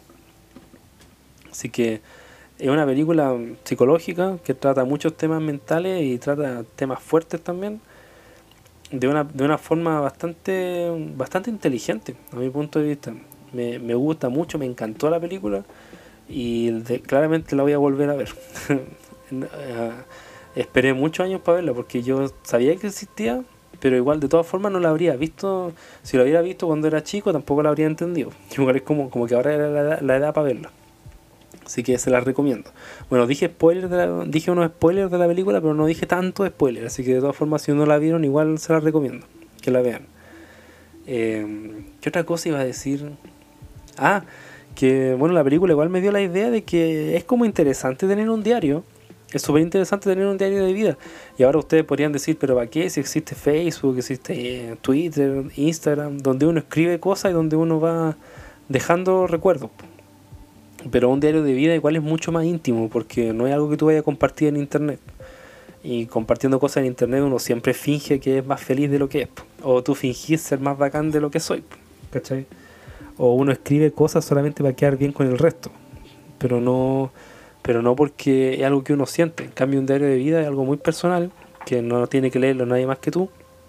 Así que es una película psicológica que trata muchos temas mentales y trata temas fuertes también de una, de una forma bastante bastante inteligente a mi punto de vista. Me, me gusta mucho, me encantó la película y de, claramente la voy a volver a ver. Esperé muchos años para verla porque yo sabía que existía, pero igual de todas formas no la habría visto. Si la hubiera visto cuando era chico tampoco la habría entendido. Igual es como, como que ahora era la edad, la edad para verla. Así que se la recomiendo. Bueno, dije spoilers de la, dije unos spoilers de la película, pero no dije tanto spoiler. Así que de todas formas, si no la vieron, igual se la recomiendo. Que la vean. Eh, ¿Qué otra cosa iba a decir? Ah, que bueno, la película igual me dio la idea de que es como interesante tener un diario. Es súper interesante tener un diario de vida. Y ahora ustedes podrían decir, pero ¿para qué? Si existe Facebook, existe eh, Twitter, Instagram, donde uno escribe cosas y donde uno va dejando recuerdos. Pero un diario de vida igual es mucho más íntimo porque no es algo que tú vayas a compartir en internet. Y compartiendo cosas en internet uno siempre finge que es más feliz de lo que es. O tú fingís ser más bacán de lo que soy. ¿Cachai? O uno escribe cosas solamente para quedar bien con el resto. Pero no, pero no porque es algo que uno siente. En cambio un diario de vida es algo muy personal, que no tiene que leerlo nadie más que tú.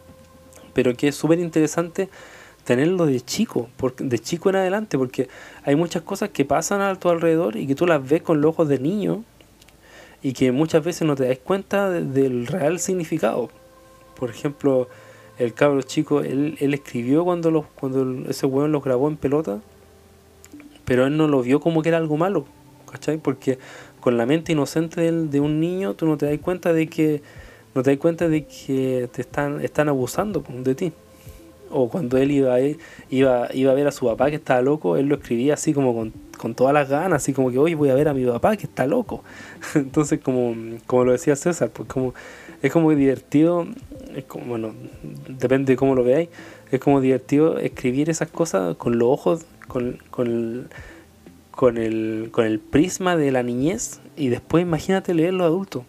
Pero que es súper interesante tenerlo de chico, porque de chico en adelante, porque hay muchas cosas que pasan a tu alrededor y que tú las ves con los ojos de niño y que muchas veces no te das cuenta de, del real significado. Por ejemplo, el cabro chico, él, él escribió cuando, los, cuando ese hueón los grabó en pelota, pero él no lo vio como que era algo malo, ¿cachai? Porque con la mente inocente de, de un niño tú no te das cuenta de que no te das cuenta de que te están, están abusando de ti. O cuando él iba a, iba, iba a ver a su papá que estaba loco, él lo escribía así como con, con todas las ganas, así como que hoy voy a ver a mi papá que está loco. Entonces, como, como lo decía César, pues como es como divertido, es como, bueno, depende de cómo lo veáis, es como divertido escribir esas cosas con los ojos, con, con, el, con, el, con el prisma de la niñez, y después imagínate leerlo adulto.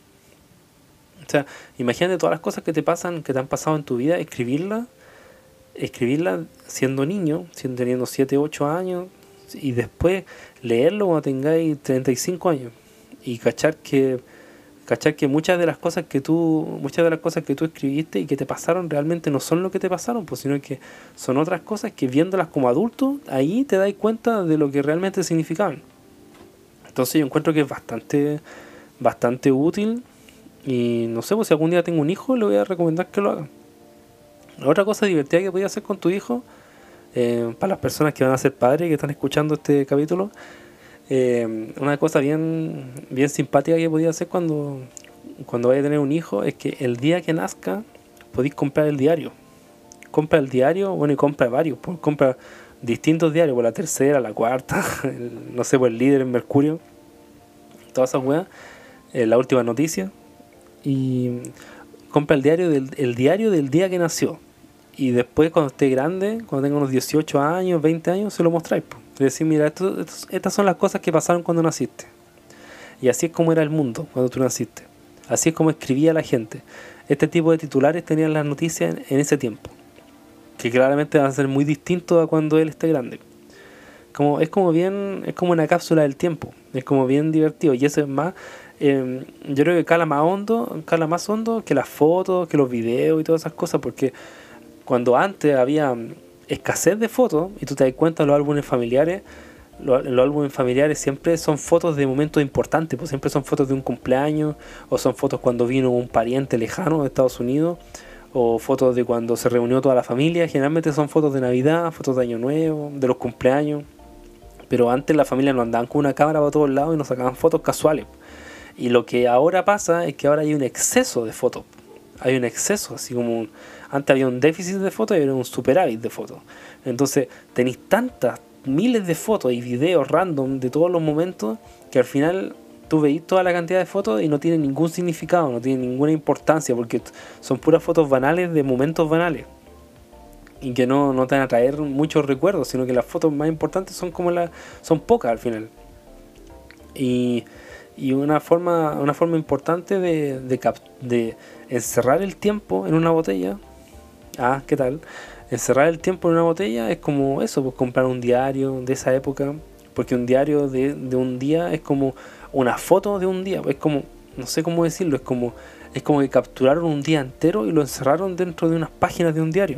O sea, imagínate todas las cosas que te pasan, que te han pasado en tu vida, escribirlas escribirla siendo niño, siendo, teniendo siete, ocho años, y después leerlo cuando tengáis treinta y cinco años y cachar que cachar que muchas de las cosas que tú muchas de las cosas que tú escribiste y que te pasaron realmente no son lo que te pasaron, pues, sino que son otras cosas que viéndolas como adulto ahí te das cuenta de lo que realmente significaban. Entonces yo encuentro que es bastante bastante útil y no sé, pues si algún día tengo un hijo le voy a recomendar que lo haga. Otra cosa divertida que podías hacer con tu hijo, eh, para las personas que van a ser padres y que están escuchando este capítulo, Eh, una cosa bien, bien simpática que podía hacer cuando, cuando vaya a tener un hijo es que el día que nazca podéis comprar el diario. Compra el diario, bueno, y compra varios, pues, compra distintos diarios, por la tercera, la cuarta, el, no sé, por el líder, el Mercurio, todas esas weas, eh, la última noticia, y compra el diario del, el diario del día que nació. Y después, cuando esté grande, cuando tenga unos dieciocho años, veinte años, se lo mostráis. Pues. Y decís, mira, esto, esto, estas son las cosas que pasaron cuando naciste. Y así es como era el mundo cuando tú naciste. Así es como escribía la gente. Este tipo de titulares tenían las noticias en, en ese tiempo. Que claramente van a ser muy distintos a cuando él esté grande. Como, es como bien, es como una cápsula del tiempo. Es como bien divertido. Y eso es más, eh, yo creo que cala más hondo, cala más hondo que las fotos, que los videos y todas esas cosas. Porque cuando antes había escasez de fotos, y tú te das cuenta, los álbumes familiares, los, los álbumes familiares siempre son fotos de momentos importantes, pues siempre son fotos de un cumpleaños, o son fotos cuando vino un pariente lejano de Estados Unidos, o fotos de cuando se reunió toda la familia. Generalmente son fotos de Navidad, fotos de Año Nuevo, de los cumpleaños. Pero antes la familia no andaban con una cámara para todos lados y nos sacaban fotos casuales. Y lo que ahora pasa es que ahora hay un exceso de fotos. Hay un exceso, así como un, antes había un déficit de fotos y ahora un superávit de fotos. Entonces tenéis tantas, miles de fotos y videos random de todos los momentos que al final tú veis toda la cantidad de fotos y no tiene ningún significado, no tiene ninguna importancia, porque son puras fotos banales de momentos banales y que no, no te van a traer muchos recuerdos, sino que las fotos más importantes son como las, son pocas al final. Y, y una forma una forma importante de, de, cap, de encerrar el tiempo en una botella, ah, ¿qué tal? Encerrar el tiempo en una botella es como eso, pues comprar un diario de esa época, porque un diario de, de un día es como una foto de un día, es como, no sé cómo decirlo, es como, es como que capturaron un día entero y lo encerraron dentro de unas páginas de un diario.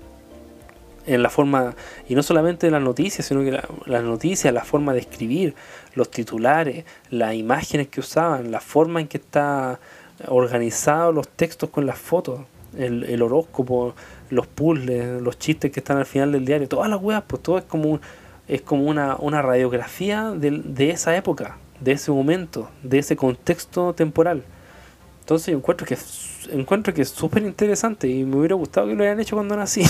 En la forma, y no solamente de las noticias, sino que la, las noticias, la forma de escribir, los titulares, las imágenes que usaban, la forma en que está organizado los textos con las fotos, el, el horóscopo, los puzzles, los chistes que están al final del diario, todas las weas, pues todo es como un, es como una, una radiografía de, de esa época, de ese momento, de ese contexto temporal. Entonces yo encuentro que encuentro que es súper interesante y me hubiera gustado que lo hayan hecho cuando nací.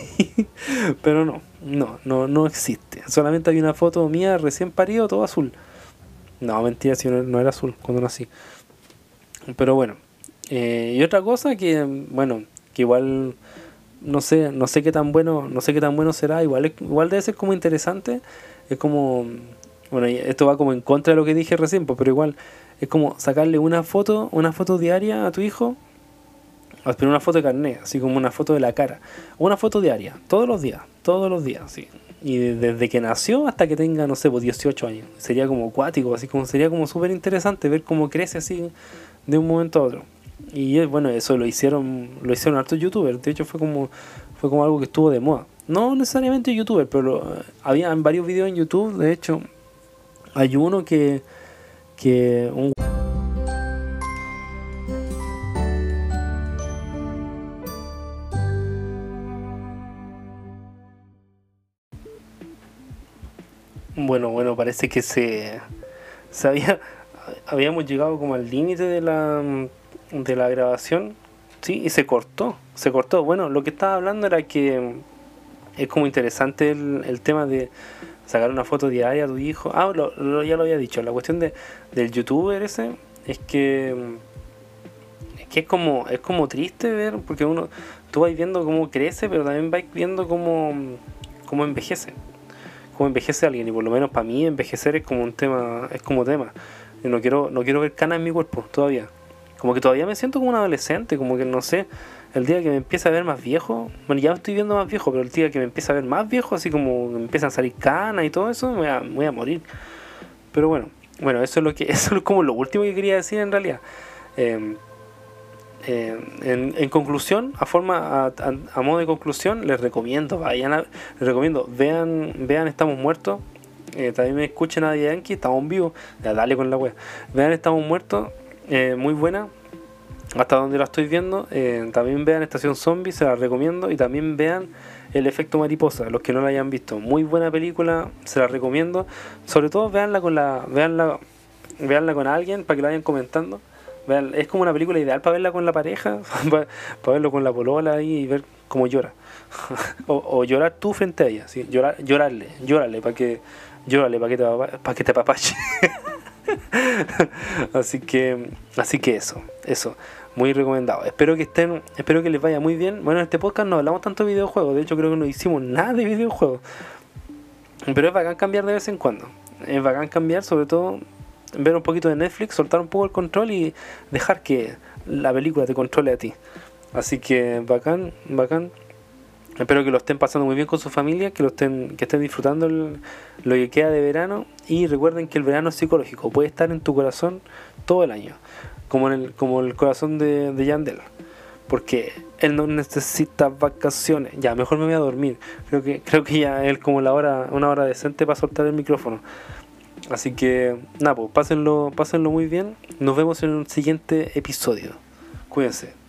Pero no, no, no, no existe. Solamente hay una foto mía recién parido, todo azul. No, mentira, si no, no era azul cuando nací. Pero bueno. Eh, y otra cosa que, bueno, que igual no sé, no sé qué tan bueno, no sé qué tan bueno será, igual es, igual debe ser como interesante, es como, bueno, esto va como en contra de lo que dije recién, pues, pero igual es como sacarle una foto, una foto diaria a tu hijo, pero una foto de carnet, así como una foto de la cara, una foto diaria, todos los días, todos los días, sí. Y desde que nació hasta que tenga, no sé, pues dieciocho años. Sería como acuático, así como sería como súper interesante ver cómo crece así de un momento a otro. Y bueno, eso lo hicieron, lo hicieron hartos youtubers. De hecho fue como, fue como algo que estuvo de moda. No necesariamente youtubers, pero lo, había varios videos en YouTube. De hecho, hay uno que, que un bueno, bueno, parece que se, se había, habíamos llegado como al límite de la, de la grabación, sí, y se cortó, se cortó. Bueno, lo que estaba hablando era que es como interesante el, el tema de sacar una foto diaria a tu hijo. Ah, lo, lo, ya lo había dicho. La cuestión de, del youtuber ese es que es que es como es como triste ver, porque uno tú vas viendo cómo crece, pero también vas viendo cómo, cómo envejece. Cómo envejece alguien, y por lo menos para mí envejecer es como un tema, es como tema. Yo no quiero no quiero ver canas en mi cuerpo todavía. Como que todavía me siento como un adolescente, como que no sé, el día que me empiece a ver más viejo, bueno, ya me estoy viendo más viejo, pero el día que me empiece a ver más viejo, así como me empiezan a salir canas y todo eso, me voy a, me voy a morir. Pero bueno, bueno, eso es lo que eso es como lo último que quería decir en realidad. Eh, eh, en, en conclusión, a forma a, a, a modo de conclusión, les recomiendo, vayan a, les recomiendo, vean, vean Estamos Muertos. Eh, también me escuchen a Yankee, estamos vivos, ya dale con la wea. Vean Estamos Muertos, eh, muy buena. hasta donde la estoy viendo. Eh, también vean Estación Zombie, se la recomiendo. Y también vean El Efecto Mariposa, los que no la hayan visto. Muy buena película, se la recomiendo. Sobre todo veanla con la, veanla, veanla con alguien para que la vayan comentando. Vean, es como una película ideal para verla con la pareja, para, para verlo con la polola ahí y ver cómo llora. o, o llorar tú frente a ella, ¿sí? Llorar, llorarle, llórale para que, llórale para que te, para que te apapache. así que, así que eso, eso. Muy recomendado. Espero que estén, espero que les vaya muy bien. Bueno, en este podcast no hablamos tanto de videojuegos. De hecho, creo que no hicimos nada de videojuegos. Pero es bacán cambiar de vez en cuando. Es bacán cambiar, sobre todo ver un poquito de Netflix, soltar un poco el control y dejar que la película te controle a ti. Así que bacán, bacán. Espero que lo estén pasando muy bien con su familia, que lo estén, que estén disfrutando el, lo que queda de verano. Y recuerden que el verano es psicológico, puede estar en tu corazón todo el año. Como, en el, como el corazón de, de Yandel, porque él no necesita vacaciones. Ya, mejor me voy a dormir. Creo que creo que ya es como la hora, una hora decente para soltar el micrófono. Así que nada, pues pásenlo, pásenlo muy bien. Nos vemos en un siguiente episodio. Cuídense.